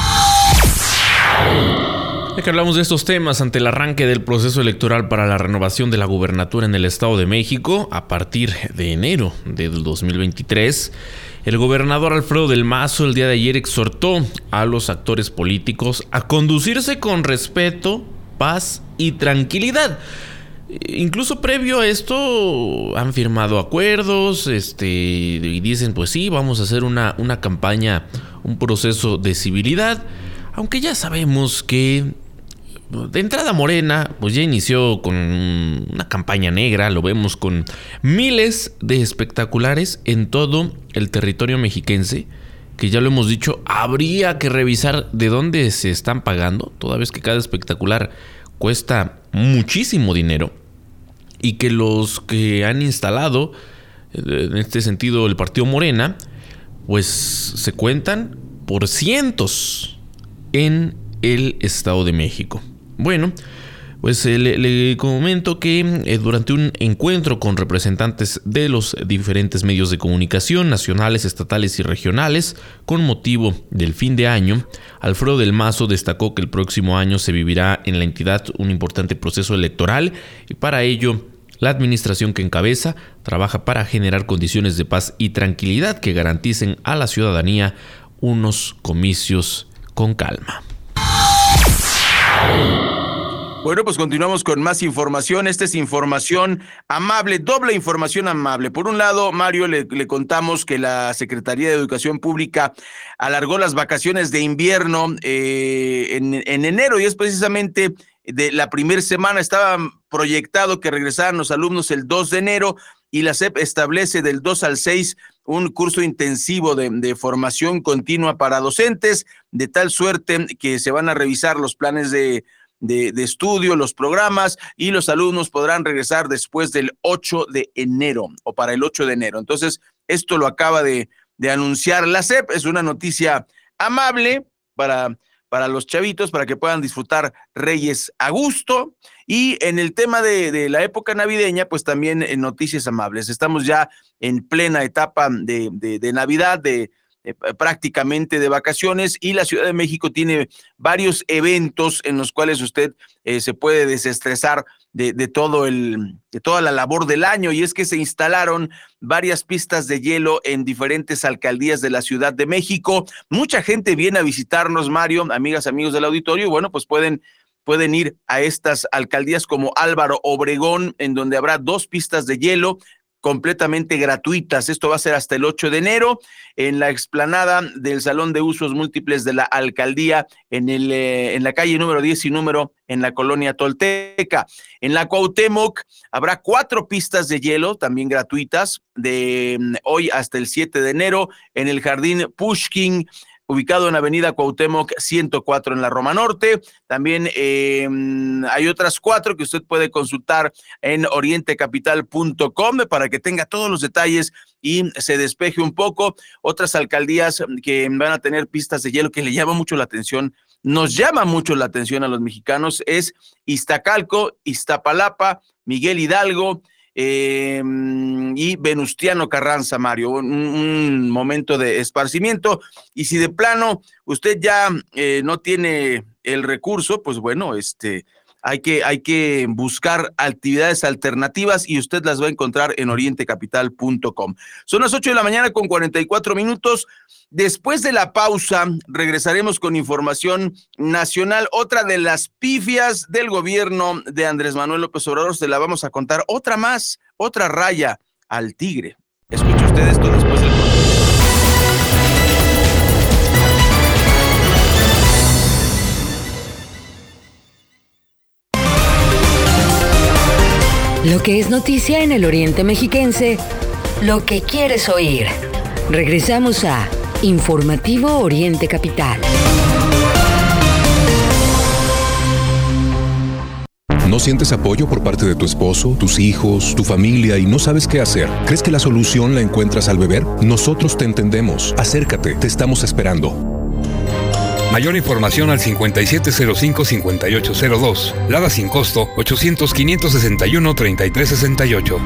Ya que hablamos de estos temas, ante el arranque del proceso electoral para la renovación de la gubernatura en el Estado de México, a partir de enero del dos mil veintitrés, el gobernador Alfredo del Mazo el día de ayer exhortó a los actores políticos a conducirse con respeto, paz y tranquilidad. Incluso previo a esto han firmado acuerdos, este, y dicen, pues sí, vamos a hacer una, una campaña, un proceso de civilidad, aunque ya sabemos que de entrada Morena pues ya inició con una campaña negra. Lo vemos con miles de espectaculares en todo el territorio mexiquense, que ya lo hemos dicho, habría que revisar de dónde se están pagando, toda vez que cada espectacular cuesta muchísimo dinero, y que los que han instalado, en este sentido el partido Morena, pues se cuentan por cientos en el Estado de México. Bueno, pues eh, le, le comento que eh, durante un encuentro con representantes de los diferentes medios de comunicación nacionales, estatales y regionales, con motivo del fin de año, Alfredo del Mazo destacó que el próximo año se vivirá en la entidad un importante proceso electoral, y para ello la administración que encabeza trabaja para generar condiciones de paz y tranquilidad que garanticen a la ciudadanía unos comicios con calma. Bueno, pues continuamos con más información. Esta es información amable, doble información amable. Por un lado, Mario, le, le contamos que la Secretaría de Educación Pública alargó las vacaciones de invierno eh, en, en enero, y es precisamente de la primera semana. Estaba proyectado que regresaran los alumnos el dos de enero, y la S E P establece del dos al seis un curso intensivo de, de formación continua para docentes, de tal suerte que se van a revisar los planes de De, de estudio, los programas, y los alumnos podrán regresar después del ocho de enero o para el ocho de enero. Entonces, esto lo acaba de, de anunciar la S E P. Es una noticia amable para, para los chavitos, para que puedan disfrutar Reyes a gusto. Y en el tema de, de la época navideña, pues también en noticias amables. Estamos ya en plena etapa de, de, de Navidad, de Eh, prácticamente de vacaciones, y la Ciudad de México tiene varios eventos en los cuales usted eh, se puede desestresar de, de todo el, de toda la labor del año. Y es que se instalaron varias pistas de hielo en diferentes alcaldías de la Ciudad de México. Mucha gente viene a visitarnos, Mario, amigas, amigos del auditorio, y bueno, pues pueden pueden ir a estas alcaldías como Álvaro Obregón, en donde habrá dos pistas de hielo completamente gratuitas. Esto va a ser hasta el ocho de enero en la explanada del Salón de Usos Múltiples de la Alcaldía, en el eh, en la calle número diez y número en la colonia Tolteca. En la Cuauhtémoc habrá cuatro pistas de hielo también gratuitas de hoy hasta el siete de enero en el Jardín Pushkin, ubicado en Avenida Cuauhtémoc ciento cuatro en la Roma Norte. También eh, hay otras cuatro que usted puede consultar en oriente capital punto com para que tenga todos los detalles y se despeje un poco. Otras alcaldías que van a tener pistas de hielo que le llama mucho la atención, nos llama mucho la atención a los mexicanos, es Iztacalco, Iztapalapa, Miguel Hidalgo, Eh, y Venustiano Carranza, Mario. Un, un momento de esparcimiento. Y si de plano usted ya eh, no tiene el recurso, pues bueno, este hay que, hay que buscar actividades alternativas, y usted las va a encontrar en oriente capital punto com. Son las ocho de la mañana con cuarenta y cuatro minutos. Después de la pausa, regresaremos con información nacional. Otra de las pifias del gobierno de Andrés Manuel López Obrador, se la vamos a contar. Otra más, otra raya al tigre. Escuche usted esto después del corte. Lo que es noticia en el Oriente Mexiquense, lo que quieres oír. Regresamos a Informativo Oriente Capital. ¿No sientes apoyo por parte de tu esposo, tus hijos, tu familia y no sabes qué hacer? ¿Crees que la solución la encuentras al beber? Nosotros te entendemos. Acércate, te estamos esperando. Mayor información al cincuenta y siete cero cinco, cincuenta y ocho cero dos. Lada sin costo ochocientos, quinientos sesenta y uno, treinta y tres sesenta y ocho.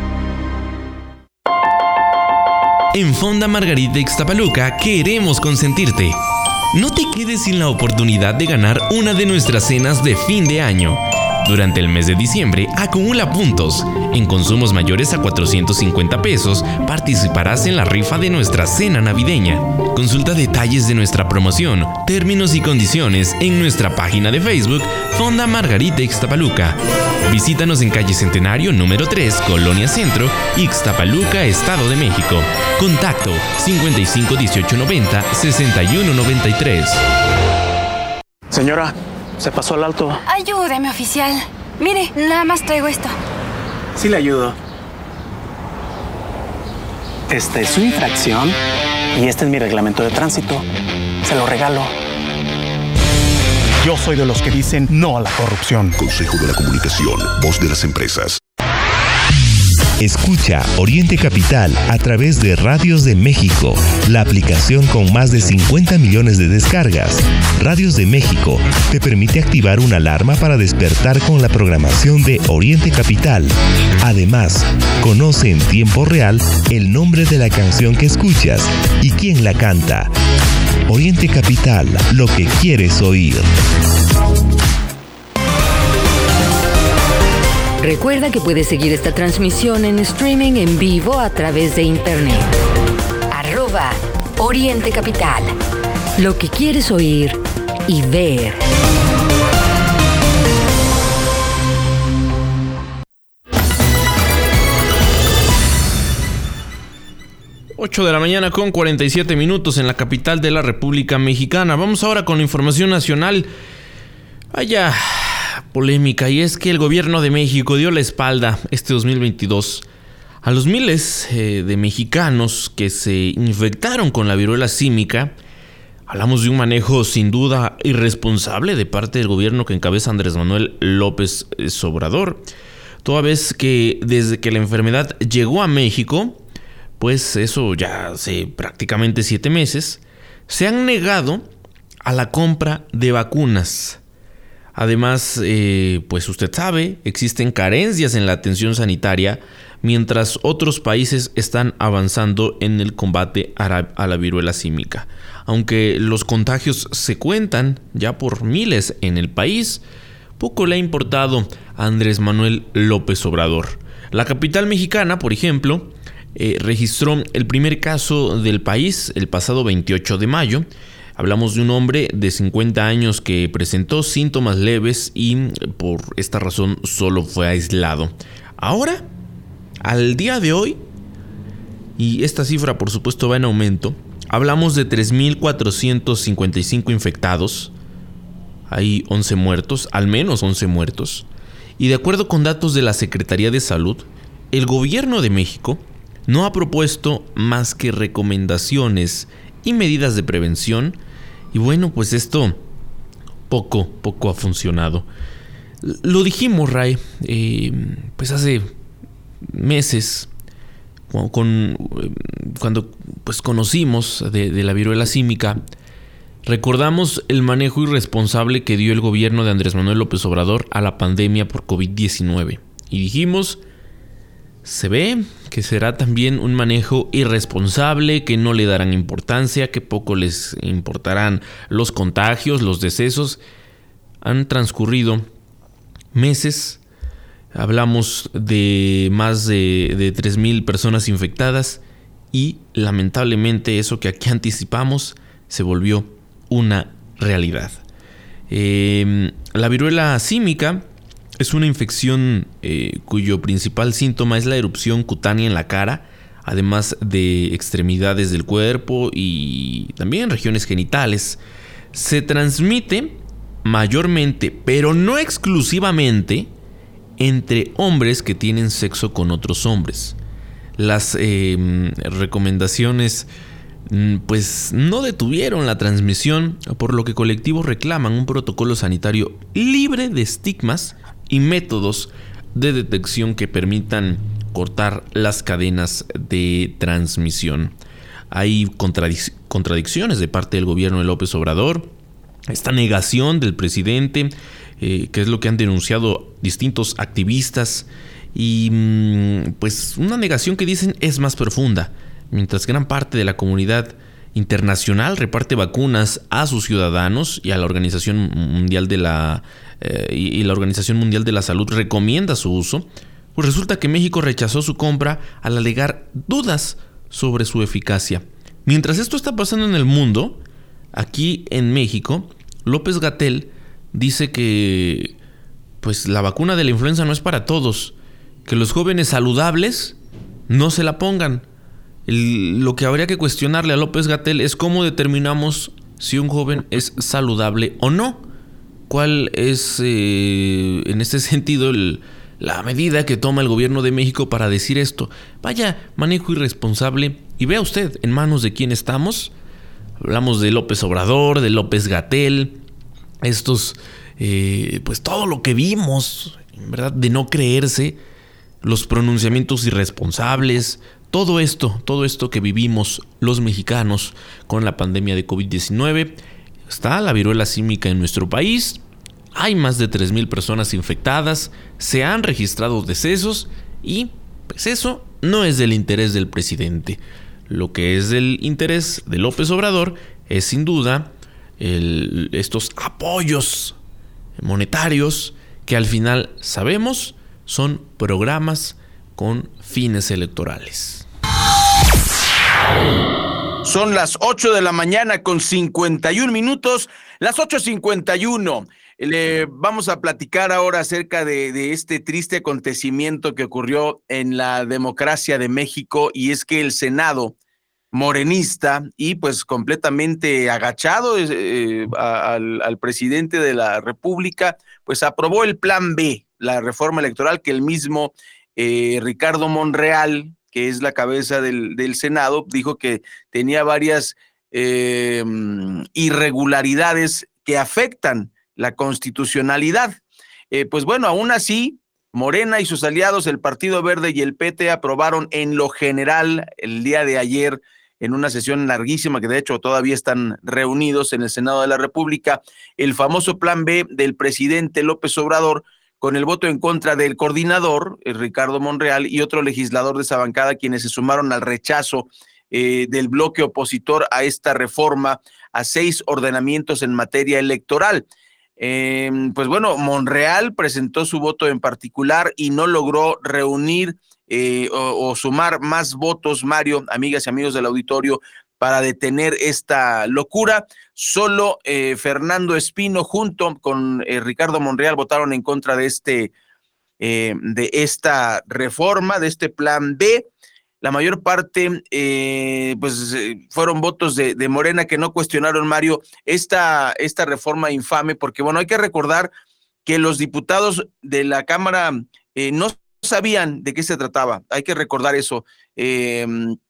En Fonda Margarita Ixtapaluca queremos consentirte. No te quedes sin la oportunidad de ganar una de nuestras cenas de fin de año. Durante el mes de diciembre, acumula puntos. En consumos mayores a cuatrocientos cincuenta pesos, participarás en la rifa de nuestra cena navideña. Consulta detalles de nuestra promoción, términos y condiciones en nuestra página de Facebook, Fonda Margarita Ixtapaluca. Visítanos en calle Centenario número tres, Colonia Centro, Ixtapaluca, Estado de México. Contacto cincuenta y cinco dieciocho noventa, sesenta y uno noventa y tres. Señora, se pasó al alto. Ayúdeme, oficial. Mire, nada más traigo esto. Sí le ayudo. Esta es su infracción y este es mi reglamento de tránsito. Se lo regalo. Yo soy de los que dicen no a la corrupción. Consejo de la Comunicación, voz de las empresas. Escucha Oriente Capital a través de Radios de México, la aplicación con más de cincuenta millones de descargas. Radios de México te permite activar una alarma para despertar con la programación de Oriente Capital. Además, conoce en tiempo real el nombre de la canción que escuchas y quién la canta. Oriente Capital, lo que quieres oír. Recuerda que puedes seguir esta transmisión en streaming en vivo a través de internet. Arroba Oriente Capital. Lo que quieres oír y ver. ocho de la mañana con cuarenta y siete minutos en la capital de la República Mexicana. Vamos ahora con la información nacional. Vaya polémica, y es que el gobierno de México dio la espalda este dos mil veintidós a los miles eh, de mexicanos que se infectaron con la viruela símica. Hablamos de un manejo sin duda irresponsable de parte del gobierno que encabeza Andrés Manuel López Obrador, toda vez que desde que la enfermedad llegó a México, pues eso ya hace prácticamente siete meses, se han negado a la compra de vacunas. Además, eh, pues usted sabe, existen carencias en la atención sanitaria, mientras otros países están avanzando en el combate a la, a la viruela símica. Aunque los contagios se cuentan ya por miles en el país, poco le ha importado a Andrés Manuel López Obrador. La capital mexicana, por ejemplo, eh, registró el primer caso del país el pasado veintiocho de mayo. Hablamos de un hombre de cincuenta años que presentó síntomas leves y por esta razón solo fue aislado. Ahora, al día de hoy, y esta cifra por supuesto va en aumento, hablamos de tres mil cuatrocientos cincuenta y cinco infectados, hay once muertos, al menos once muertos, y de acuerdo con datos de la Secretaría de Salud, el gobierno de México no ha propuesto más que recomendaciones y medidas de prevención, y bueno, pues esto poco, poco ha funcionado. Lo dijimos, Ray, eh, pues hace meses, con, con, cuando pues conocimos de, de la viruela símica, recordamos el manejo irresponsable que dio el gobierno de Andrés Manuel López Obrador a la pandemia por covid diecinueve, y dijimos, se ve que será también un manejo irresponsable, que no le darán importancia, que poco les importarán los contagios, los decesos. Han transcurrido meses, hablamos de más de, de tres mil personas infectadas y lamentablemente eso que aquí anticipamos se volvió una realidad. Eh, la viruela símica es una infección eh, cuyo principal síntoma es la erupción cutánea en la cara, además de extremidades del cuerpo y también regiones genitales. Se transmite mayormente, pero no exclusivamente, entre hombres que tienen sexo con otros hombres. Las eh, recomendaciones pues no detuvieron la transmisión, por lo que colectivos reclaman un protocolo sanitario libre de estigmas y métodos de detección que permitan cortar las cadenas de transmisión. Hay contradic- contradicciones de parte del gobierno de López Obrador, esta negación del presidente, eh, que es lo que han denunciado distintos activistas, y pues una negación que dicen es más profunda. Mientras gran parte de la comunidad internacional reparte vacunas a sus ciudadanos y a la Organización Mundial de la eh, y la Organización Mundial de la Salud recomienda su uso, pues resulta que México rechazó su compra al alegar dudas sobre su eficacia. Mientras esto está pasando en el mundo, aquí en México, López-Gatell dice que pues la vacuna de la influenza no es para todos, que los jóvenes saludables no se la pongan. El, lo que habría que cuestionarle a López-Gatell es cómo determinamos si un joven es saludable o no. ¿Cuál es, eh, en este sentido, el, la medida que toma el gobierno de México para decir esto? Vaya manejo irresponsable. Y vea usted en manos de quién estamos. Hablamos de López Obrador, de López-Gatell. Estos, eh, pues todo lo que vimos, ¿verdad? De no creerse, los pronunciamientos irresponsables. Todo esto, todo esto que vivimos los mexicanos con la pandemia de covid diecinueve, está la viruela símica en nuestro país, hay más de tres mil personas infectadas, se han registrado decesos y pues eso no es del interés del presidente. Lo que es del interés de López Obrador es sin duda el, estos apoyos monetarios que al final sabemos son programas con fines electorales. Son las ocho de la mañana con cincuenta y un minutos, las ocho cincuenta y uno. Le vamos a platicar ahora acerca de, de este triste acontecimiento que ocurrió en la democracia de México, y es que el Senado morenista y pues completamente agachado eh, a, al, al presidente de la República, pues aprobó el Plan B, la reforma electoral que el mismo eh, Ricardo Monreal, que es la cabeza del, del Senado, dijo que tenía varias eh, irregularidades que afectan la constitucionalidad. Eh, pues bueno, aún así, Morena y sus aliados, el Partido Verde y el P T, aprobaron en lo general el día de ayer, en una sesión larguísima, que de hecho todavía están reunidos en el Senado de la República, el famoso Plan B del presidente López Obrador, con el voto en contra del coordinador, eh, Ricardo Monreal, y otro legislador de esa bancada, quienes se sumaron al rechazo eh, del bloque opositor a esta reforma, a seis ordenamientos en materia electoral. Eh, pues bueno, Monreal presentó su voto en particular y no logró reunir eh, o, o sumar más votos, Mario, amigas y amigos del auditorio, para detener esta locura. Solo eh, Fernando Espino junto con eh, Ricardo Monreal votaron en contra de este eh, de esta reforma, de este Plan B. La mayor parte eh, pues eh, fueron votos de, de Morena, que no cuestionaron, Mario, esta, esta reforma infame, porque bueno, hay que recordar que los diputados de la Cámara eh, no sabían de qué se trataba. Hay que recordar eso. Eh,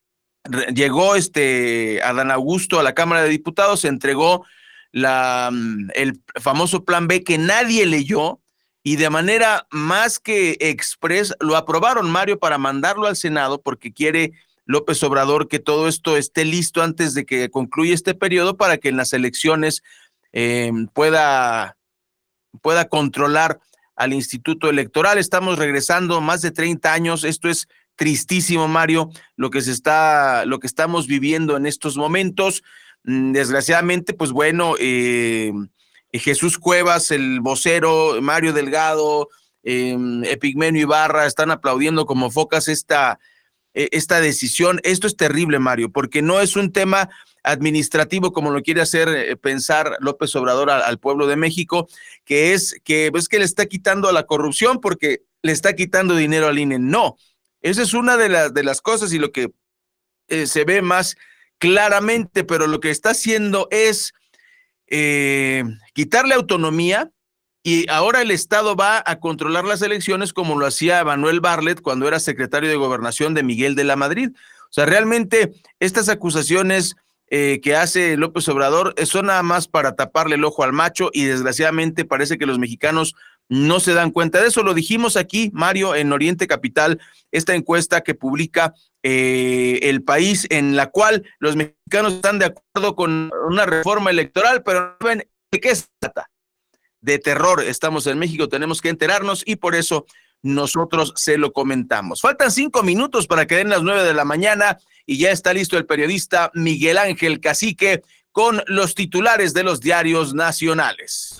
Llegó este Adán Augusto a la Cámara de Diputados, se entregó la, el famoso Plan B que nadie leyó, y de manera más que express lo aprobaron, Mario, para mandarlo al Senado, porque quiere López Obrador que todo esto esté listo antes de que concluya este periodo, para que en las elecciones eh, pueda, pueda controlar al Instituto Electoral. Estamos regresando más de treinta años, esto es tristísimo, Mario, lo que se está, lo que estamos viviendo en estos momentos. Desgraciadamente, pues bueno, eh, Jesús Cuevas, el vocero, Mario Delgado, eh, Epigmenio Ibarra están aplaudiendo como focas esta, esta decisión. Esto es terrible, Mario, porque no es un tema administrativo como lo quiere hacer pensar López Obrador al, al pueblo de México, que es que, pues, que le está quitando a la corrupción porque le está quitando dinero al I N E. No. Esa es una de, la, de las cosas y lo que eh, se ve más claramente, pero lo que está haciendo es eh, quitarle autonomía y ahora el Estado va a controlar las elecciones como lo hacía Manuel Bartlett cuando era secretario de Gobernación de Miguel de la Madrid. O sea, realmente estas acusaciones eh, que hace López Obrador son nada más para taparle el ojo al macho y desgraciadamente parece que los mexicanos no se dan cuenta de eso. Lo dijimos aquí, Mario, en Oriente Capital, esta encuesta que publica eh, El País, en la cual los mexicanos están de acuerdo con una reforma electoral, pero no ven de qué se trata. De terror estamos en México, tenemos que enterarnos y por eso nosotros se lo comentamos. Faltan cinco minutos para que den las nueve de la mañana y ya está listo el periodista Miguel Ángel Cacique con los titulares de los diarios nacionales.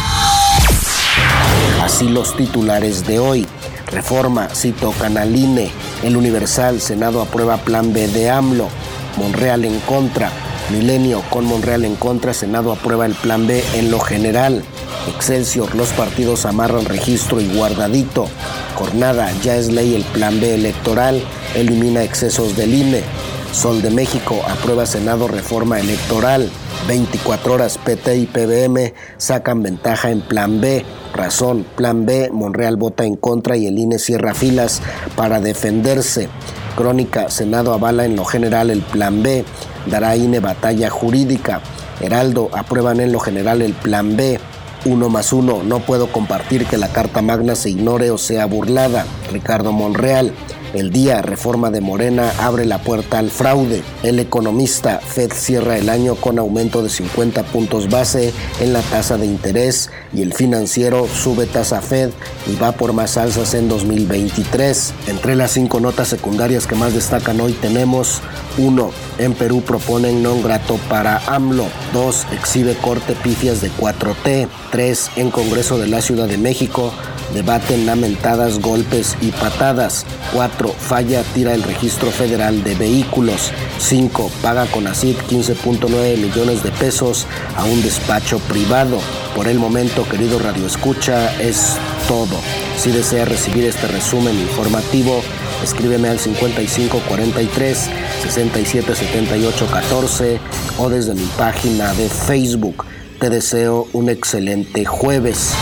Así los titulares de hoy. Reforma, sí tocan al I N E. El Universal, Senado aprueba plan B de AMLO. Monreal en contra. Milenio, con Monreal en contra, Senado aprueba el plan B en lo general. Excelsior, los partidos amarran registro y guardadito. Jornada, ya es ley el plan B electoral, elimina excesos del I N E. Sol de México, aprueba Senado reforma electoral. veinticuatro horas, P T y P B M sacan ventaja en plan B. Razón, plan B, Monreal vota en contra y el I N E cierra filas para defenderse. Crónica, Senado avala en lo general el plan B. Dará I N E batalla jurídica. Heraldo, aprueban en lo general el plan B. Uno más uno, no puedo compartir que la Carta Magna se ignore o sea burlada. Ricardo Monreal. El Día, reforma de Morena abre la puerta al fraude. El Economista, Fed cierra el año con aumento de cincuenta puntos base en la tasa de interés y el Financiero sube tasa Fed y va por más alzas en dos mil veintitrés. Entre las cinco notas secundarias que más destacan hoy tenemos: uno. En Perú proponen non grato para AMLO. dos. Exhibe corte pifias de cuatro T. tres. En Congreso de la Ciudad de México debaten lamentadas, golpes y patadas. cuatro. Falla, tira el registro federal de vehículos. cinco. Paga CONACYT quince punto nueve millones de pesos a un despacho privado. Por el momento, querido Radio Escucha, es todo. Si desea recibir este resumen informativo, escríbeme al cincuenta y cinco cuarenta y tres sesenta y siete setenta y ocho catorce o desde mi página de Facebook. Te deseo un excelente jueves.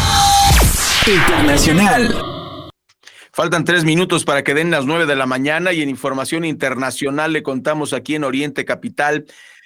Internacional. Faltan tres minutos para que den las nueve de la mañana y en información internacional le contamos aquí en Oriente Capital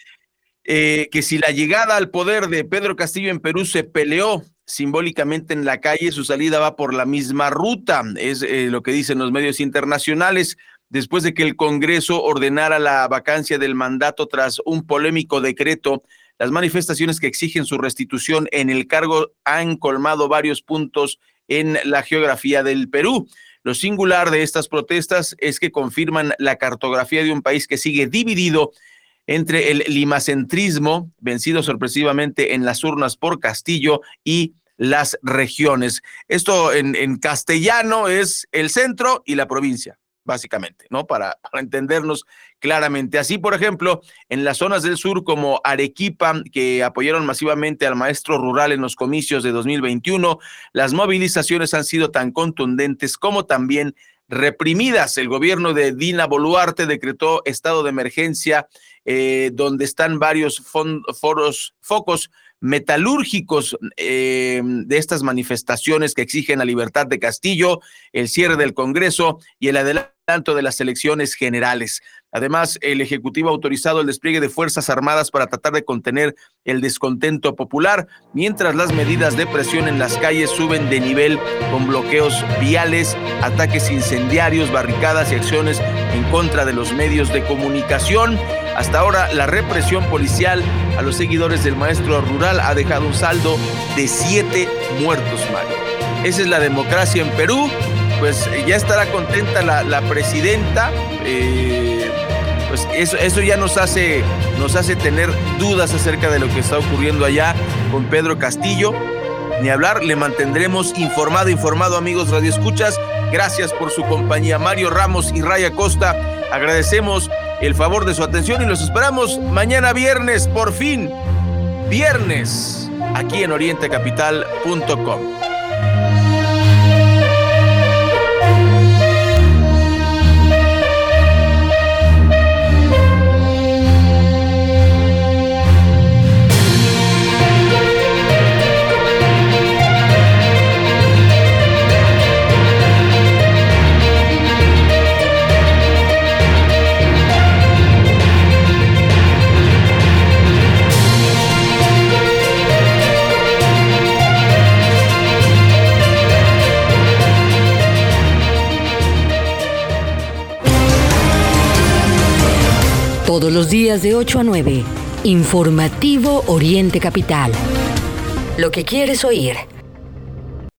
eh, que si la llegada al poder de Pedro Castillo en Perú se peleó simbólicamente en la calle, su salida va por la misma ruta, es eh, lo que dicen los medios internacionales, después de que el Congreso ordenara la vacancia del mandato tras un polémico decreto. Las manifestaciones que exigen su restitución en el cargo han colmado varios puntos en la geografía del Perú. Lo singular de estas protestas es que confirman la cartografía de un país que sigue dividido entre el limacentrismo, vencido sorpresivamente en las urnas por Castillo, y las regiones. Esto en, en castellano es el centro y la provincia, básicamente, ¿no? Para, para entendernos claramente. Así, por ejemplo, en las zonas del sur como Arequipa, que apoyaron masivamente al maestro rural en los comicios de dos mil veintiuno, las movilizaciones han sido tan contundentes como también reprimidas. El gobierno de Dina Boluarte decretó estado de emergencia, eh, donde están varios fon- foros, focos metalúrgicos eh, de estas manifestaciones que exigen la libertad de Castillo, el cierre del Congreso y el adelanto de las elecciones generales. Además, el Ejecutivo ha autorizado el despliegue de Fuerzas Armadas para tratar de contener el descontento popular, mientras las medidas de presión en las calles suben de nivel con bloqueos viales, ataques incendiarios, barricadas y acciones en contra de los medios de comunicación. Hasta ahora, la represión policial a los seguidores del maestro rural ha dejado un saldo de siete muertos, Mario. Esa es la democracia en Perú. Pues ya estará contenta la, la presidenta. Eh, pues eso, eso ya nos hace, nos hace tener dudas acerca de lo que está ocurriendo allá con Pedro Castillo. Ni hablar, le mantendremos informado, informado, amigos radioescuchas. Gracias por su compañía. Mario Ramos y Raya Costa, agradecemos el favor de su atención y los esperamos mañana viernes, por fin, viernes, aquí en oriente capital punto com. Todos los días de ocho a nueve. Informativo Oriente Capital. Lo que quieres oír.